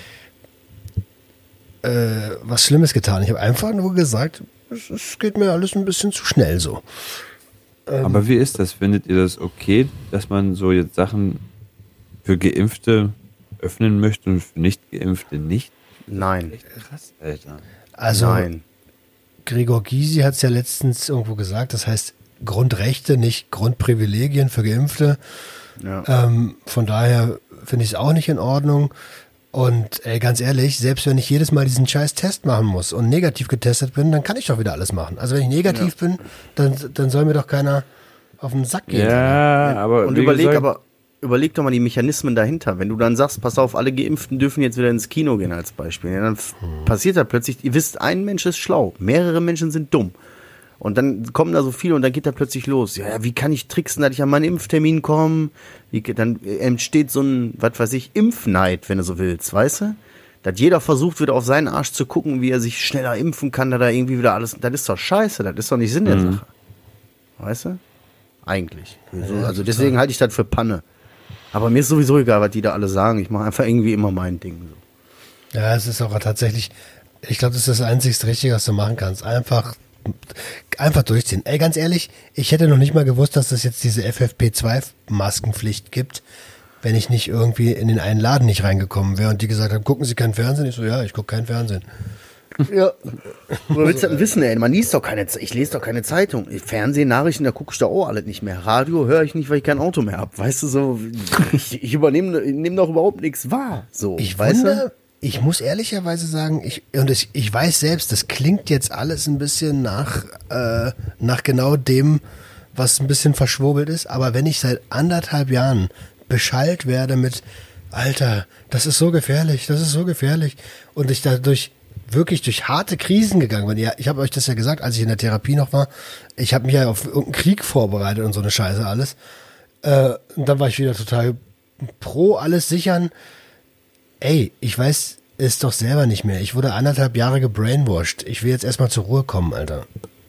was Schlimmes getan. Ich habe einfach nur gesagt, es geht mir alles ein bisschen zu schnell so. Aber wie ist das? Findet ihr das okay, dass man so jetzt Sachen für Geimpfte öffnen möchte und für Nicht-Geimpfte nicht? Nein. Echt krass, Alter. Also Nein. Gregor Gysi hat es ja letztens irgendwo gesagt, das heißt Grundrechte, nicht Grundprivilegien für Geimpfte. Ja. Von daher finde ich es auch nicht in Ordnung. Und ganz ehrlich, selbst wenn ich jedes Mal diesen scheiß Test machen muss und negativ getestet bin, dann kann ich doch wieder alles machen. Also wenn ich negativ bin, dann soll mir doch keiner auf den Sack gehen. Ja, aber Und wie überleg gesagt, doch mal die Mechanismen dahinter. Wenn du dann sagst, pass auf, alle Geimpften dürfen jetzt wieder ins Kino gehen als Beispiel, ja, dann passiert da plötzlich, ihr wisst, ein Mensch ist schlau, mehrere Menschen sind dumm. Und dann kommen da so viele und dann geht da plötzlich los. Ja, wie kann ich tricksen, dass ich an meinen Impftermin komme? Dann entsteht so ein, was weiß ich, Impfneid, wenn du so willst, weißt du? Dass jeder versucht wieder auf seinen Arsch zu gucken, wie er sich schneller impfen kann, da irgendwie wieder alles, das ist doch scheiße, das ist doch nicht Sinn der Sache. Weißt du? Eigentlich. Also deswegen halte ich das für Panne. Aber mir ist sowieso egal, was die da alle sagen. Ich mache einfach irgendwie immer mein Ding. So. Ja, es ist auch tatsächlich, ich glaube, das ist das einzig Richtige, was du machen kannst. Einfach durchziehen. Ey, ganz ehrlich, ich hätte noch nicht mal gewusst, dass es jetzt diese FFP2-Maskenpflicht gibt, wenn ich nicht irgendwie in den einen Laden nicht reingekommen wäre und die gesagt haben, gucken Sie kein Fernsehen? Ich so, ja, ich gucke kein Fernsehen. Ja. Du willst das denn wissen, ey? Man liest doch ich lese doch keine Zeitung. Fernsehen, Nachrichten, da gucke ich doch auch alles nicht mehr. Radio höre ich nicht, weil ich kein Auto mehr habe. Weißt du, so, ich nehme doch überhaupt nichts wahr. So, Ich muss ehrlicherweise sagen, ich weiß selbst, das klingt jetzt alles ein bisschen nach genau dem, was ein bisschen verschwurbelt ist, aber wenn ich seit 1,5 Jahren beschallt werde mit, Alter, das ist so gefährlich und ich dadurch wirklich durch harte Krisen gegangen bin. Ja, ich habe euch das ja gesagt, als ich in der Therapie noch war. Ich habe mich ja auf irgendeinen Krieg vorbereitet und so eine Scheiße alles. Und dann war ich wieder total pro alles sichern. Ey, ich weiß es doch selber nicht mehr. Ich wurde 1,5 Jahre gebrainwashed. Ich will jetzt erstmal zur Ruhe kommen, Alter.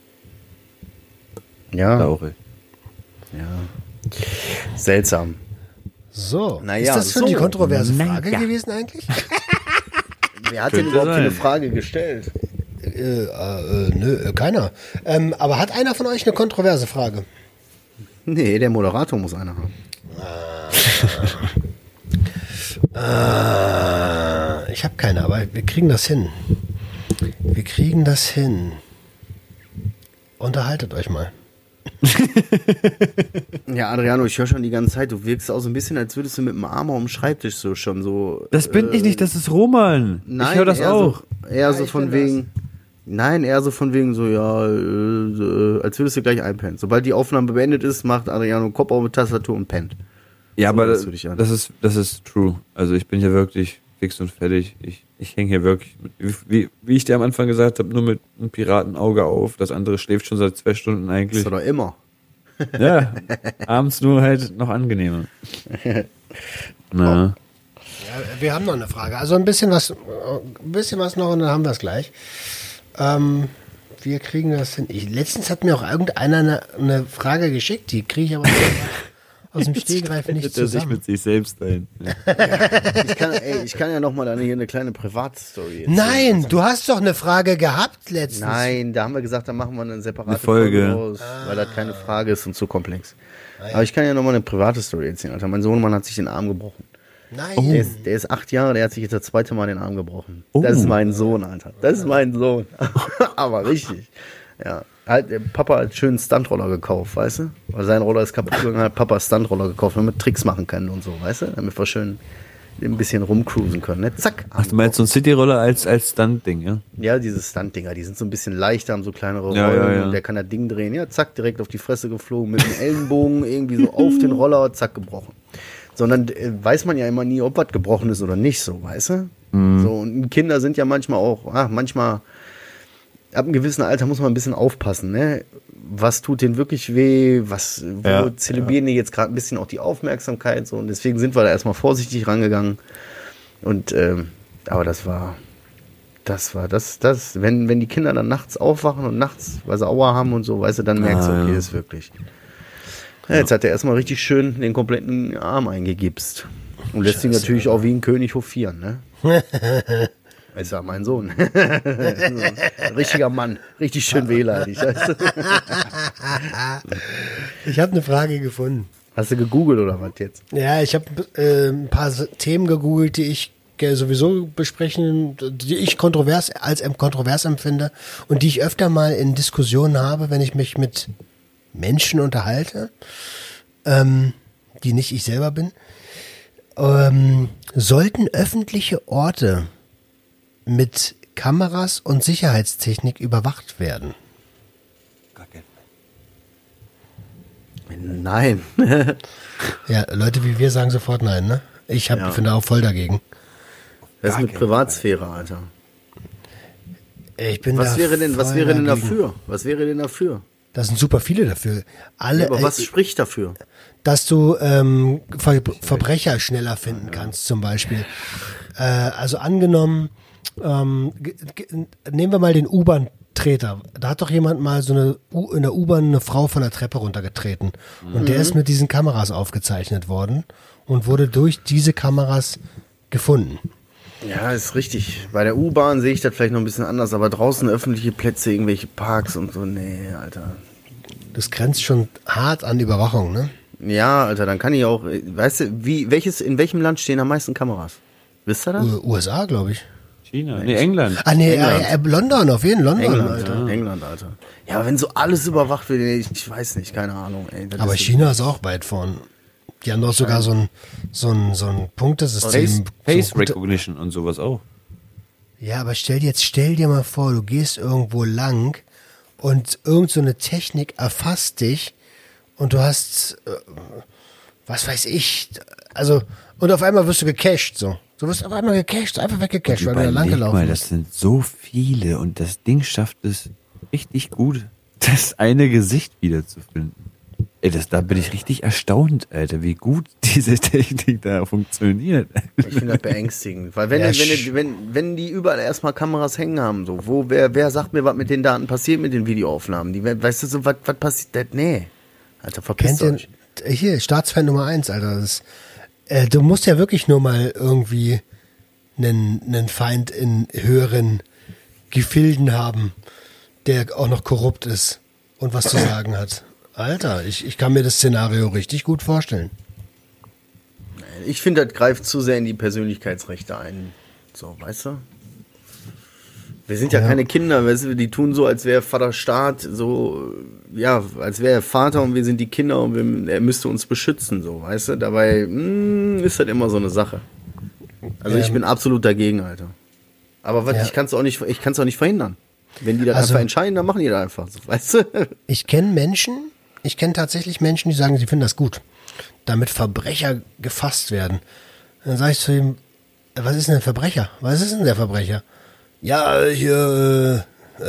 Ja. Traurig. Ja. Seltsam. So, Naja, ist das schon so. die kontroverse Frage Naja. gewesen eigentlich? Wer hat denn Könnte überhaupt sein. eine Frage gestellt? Nö, keiner. Aber hat einer von euch eine kontroverse Frage? Nee, der Moderator muss eine haben. Ich habe keine, aber wir kriegen das hin. Wir kriegen das hin. Unterhaltet euch mal. Ja, Adriano, ich höre schon die ganze Zeit, du wirkst auch so ein bisschen, als würdest du mit dem Arm auf dem Schreibtisch so schon so... Das bin ich nicht, das ist Roman. Nein, Ich höre das eher auch. So, eher so von wegen... Nein, eher so von wegen so, ja, als würdest du gleich einpennen. Sobald die Aufnahme beendet ist, macht Adriano Kopf auf die Tastatur und pennt. Ja, So aber hörst du dich an. das ist true. Also ich bin hier wirklich fix und fertig. Ich hänge hier wirklich, wie ich dir am Anfang gesagt habe, nur mit einem Piratenauge auf. Das andere schläft schon seit 2 Stunden Das eigentlich. ist doch immer. Ja, abends nur halt noch angenehmer. Na. Ja, wir haben noch eine Frage. Also ein bisschen was noch und dann haben wir es gleich. Wir kriegen das hin. Letztens hat mir auch irgendeiner eine Frage geschickt, die kriege ich aber aus dem Stegreif nicht Findet er sich zusammen. mit sich selbst ein. Ja. Ich kann ja nochmal hier eine kleine Privatstory erzählen. Nein, du hast doch eine Frage gehabt letztens. Nein, da haben wir gesagt, da machen wir eine separate Eine Folge. aus, weil das keine Frage ist und zu komplex. Aber ich kann ja nochmal eine private Story erzählen. Alter, mein Sohnemann hat sich den Arm gebrochen. Nein. Der ist 8 Jahre, der hat sich jetzt das 2. Mal den Arm gebrochen. Oh. Das ist mein Sohn, Alter. Das ist mein Sohn. Aber richtig. Ja. Der Papa hat einen schönen Stuntroller gekauft, weißt du? Weil sein Roller ist kaputt gegangen, hat Papa Stuntroller gekauft, damit wir Tricks machen können und so, weißt du? Damit wir schön ein bisschen rumcruisen können, ne? Zack. Ach, du meinst so ein Cityroller als Stunt-Ding, ja? Ja, diese Stunt-Dinger, die sind so ein bisschen leichter, haben so kleinere Rollen Ja, ja. und der kann das Ding drehen. Ja, zack, direkt auf die Fresse geflogen, mit dem Ellenbogen irgendwie so auf den Roller, zack, gebrochen. Sondern weiß man ja immer nie, ob was gebrochen ist oder nicht, so, weißt du? So, und Kinder sind ja manchmal auch, manchmal, ab einem gewissen Alter muss man ein bisschen aufpassen, ne? Was tut denen wirklich weh? Wo zelebrieren die jetzt gerade ein bisschen auch die Aufmerksamkeit? So, und deswegen sind wir da erstmal vorsichtig rangegangen. Und, aber das, wenn die Kinder dann nachts aufwachen und nachts, weil sie Aua haben und so, weißt du, dann merkst du, okay, das ist wirklich. Ja, jetzt hat er erstmal richtig schön den kompletten Arm eingegipst. Und lässt ihn natürlich auch wie ein König hofieren, ne? Ist ja mein Sohn. Ein richtiger Mann. Richtig schön wehleidig. Weißt du? Ich habe eine Frage gefunden. Hast du gegoogelt oder was jetzt? Ja, ich habe ein paar Themen gegoogelt, die ich sowieso besprechen, die ich kontrovers empfinde und die ich öfter mal in Diskussionen habe, wenn ich mich mit Menschen unterhalte, die nicht ich selber bin. Sollten öffentliche Orte mit Kameras und Sicherheitstechnik überwacht werden? Nein. Ja, Leute wie wir sagen sofort nein, ne? Ich bin da auch voll dagegen. Das ist mit Privatsphäre, Alter. Ich bin Was da wäre denn dagegen. dafür? Was wäre denn dafür? Da sind super viele dafür. Alle, Ja, aber was spricht dafür? dass du Verbrecher schneller finden kannst, zum Beispiel. Also angenommen, nehmen wir mal den U-Bahn-Treter. Da hat doch jemand mal in der U-Bahn eine Frau von der Treppe runtergetreten. Und der ist mit diesen Kameras aufgezeichnet worden und wurde durch diese Kameras gefunden. Ja, ist richtig. Bei der U-Bahn sehe ich das vielleicht noch ein bisschen anders, aber draußen öffentliche Plätze, irgendwelche Parks und so, nee, Alter. Das grenzt schon hart an Überwachung, ne? Ja, Alter, dann kann ich auch, weißt du, in welchem Land stehen am meisten Kameras? Wisst ihr das? USA, glaube ich. China, nee, England. Ah, nee, England. London, auf jeden Fall London, England, Alter. Alter. England, Alter. Ja, aber wenn so alles überwacht wird, ich weiß nicht, keine Ahnung, ey. Das Aber ist- China ist auch weit vorn. Die haben doch sogar so ein Punktesystem. Face so gute- Recognition und sowas auch. Ja, aber stell dir mal vor, du gehst irgendwo lang und irgend so eine Technik erfasst dich und du hast, was weiß ich, also, und auf einmal wirst du gecached, so. Du wirst aber einmal gecasht, einfach weggecasht, weil du da lang Überleg gelaufen mal, bist. das sind so viele und das Ding schafft es richtig gut, das eine Gesicht wiederzufinden. Ey, da bin ich richtig erstaunt, Alter, wie gut diese Technik da funktioniert. Ich finde das beängstigend, weil wenn die überall erstmal Kameras hängen haben, so, wer sagt mir, was mit den Daten passiert mit den Videoaufnahmen? Weißt du so, was passiert? Nee. Alter, verpisst euch. Hier, Staatsfan Nummer 1, Alter. Du musst ja wirklich nur mal irgendwie einen Feind in höheren Gefilden haben, der auch noch korrupt ist und was zu sagen hat. Alter, ich kann mir das Szenario richtig gut vorstellen. Ich finde, das greift zu sehr in die Persönlichkeitsrechte ein. So, weißt du? Wir sind ja keine Kinder, weißt du, die tun so, als wäre Vater Staat, so, ja, als wäre er Vater und wir sind die Kinder und er müsste uns beschützen, so, weißt du? Dabei ist das immer so eine Sache. Also ich bin absolut dagegen, Alter. Aber was, ich kann es auch nicht verhindern. Wenn die das einfach entscheiden, dann machen die das einfach, so, weißt du? Ich kenne tatsächlich Menschen, die sagen, sie finden das gut, damit Verbrecher gefasst werden. Dann sage ich zu ihm, was ist denn ein Verbrecher? Was ist denn der Verbrecher? Ja, hier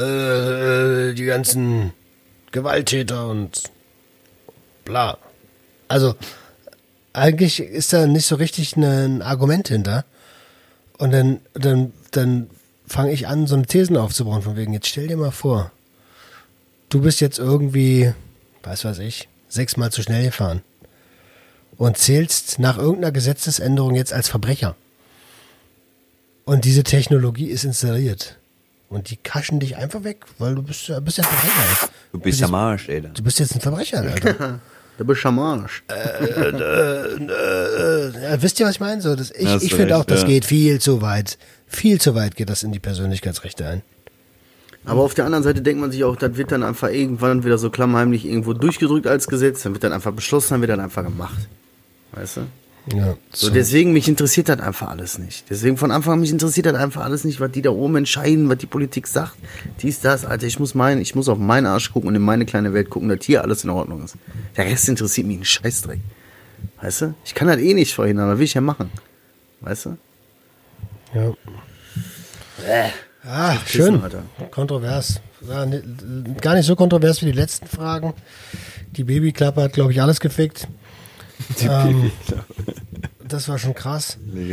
die ganzen Gewalttäter und bla. Also eigentlich ist da nicht so richtig ein Argument hinter. Und dann fange ich an, so eine Thesen aufzubauen, von wegen, jetzt stell dir mal vor, du bist jetzt irgendwie, weiß ich, 6-mal zu schnell gefahren und zählst nach irgendeiner Gesetzesänderung jetzt als Verbrecher. Und diese Technologie ist installiert. Und die kaschen dich einfach weg, weil du bist ja ein Verbrecher. Du bist am Arsch, ey. Du bist jetzt ein Verbrecher, Alter. Du bist am Arsch. Wisst ihr, was ich meine? So, ich finde auch, das geht viel zu weit. Viel zu weit geht das in die Persönlichkeitsrechte ein. Aber auf der anderen Seite denkt man sich auch, das wird dann einfach irgendwann wieder so klammheimlich irgendwo durchgedrückt als Gesetz, dann wird dann einfach beschlossen, dann wird dann einfach gemacht. Weißt du? Ja, so, deswegen, mich interessiert das einfach alles nicht. Deswegen von Anfang an, mich interessiert das einfach alles nicht, was die da oben entscheiden, was die Politik sagt. Dies, das, Alter, ich muss auf meinen Arsch gucken und in meine kleine Welt gucken, dass hier alles in Ordnung ist. Der Rest interessiert mich einen Scheißdreck. Weißt du? Ich kann das eh nicht verhindern, was will ich ja machen? Weißt du? Ja. Schön. Alter. Kontrovers. Ja, gar nicht so kontrovers wie die letzten Fragen. Die Babyklappe hat, glaube ich, alles gefickt. Das war schon krass.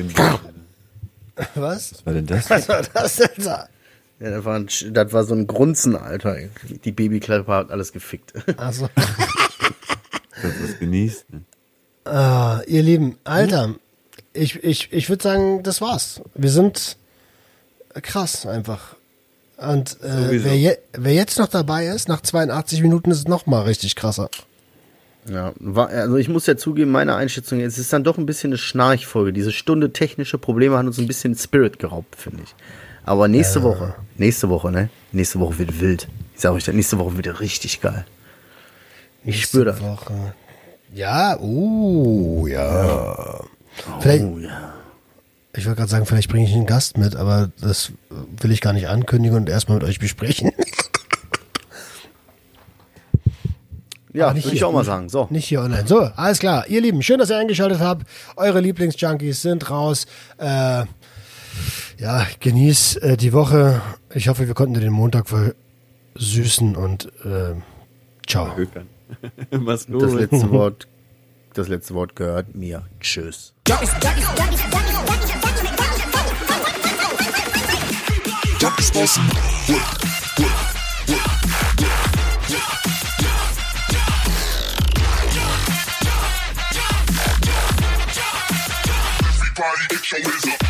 Was? Was war denn das? Was war das denn da? Ja, das war so ein Grunzen, Alter. Die Babyklappe hat alles gefickt. Also. Das genießt. Ihr Lieben, Alter, ich würde sagen, das war's. Wir sind krass einfach. Und wer jetzt noch dabei ist, nach 82 Minuten ist es noch mal richtig krasser. Ja, also ich muss ja zugeben, meine Einschätzung, es ist dann doch ein bisschen eine Schnarchfolge. Diese Stunde technische Probleme hat uns ein bisschen Spirit geraubt, finde ich. Aber nächste Woche, ne? Nächste Woche wird wild. Ich sage euch, nächste Woche wird richtig geil. Ich spüre das. Woche. Ja, ja. Vielleicht, ich wollte gerade sagen, vielleicht bringe ich einen Gast mit, aber das will ich gar nicht ankündigen und erstmal mit euch besprechen. Ja, würde ich auch mal sagen. So. Nicht hier online. So, alles klar. Ihr Lieben, schön, dass ihr eingeschaltet habt. Eure Lieblingsjunkies sind raus. Genießt die Woche. Ich hoffe, wir konnten dir den Montag versüßen und ciao. Das letzte Wort gehört mir. Tschüss. Everybody get your hands up.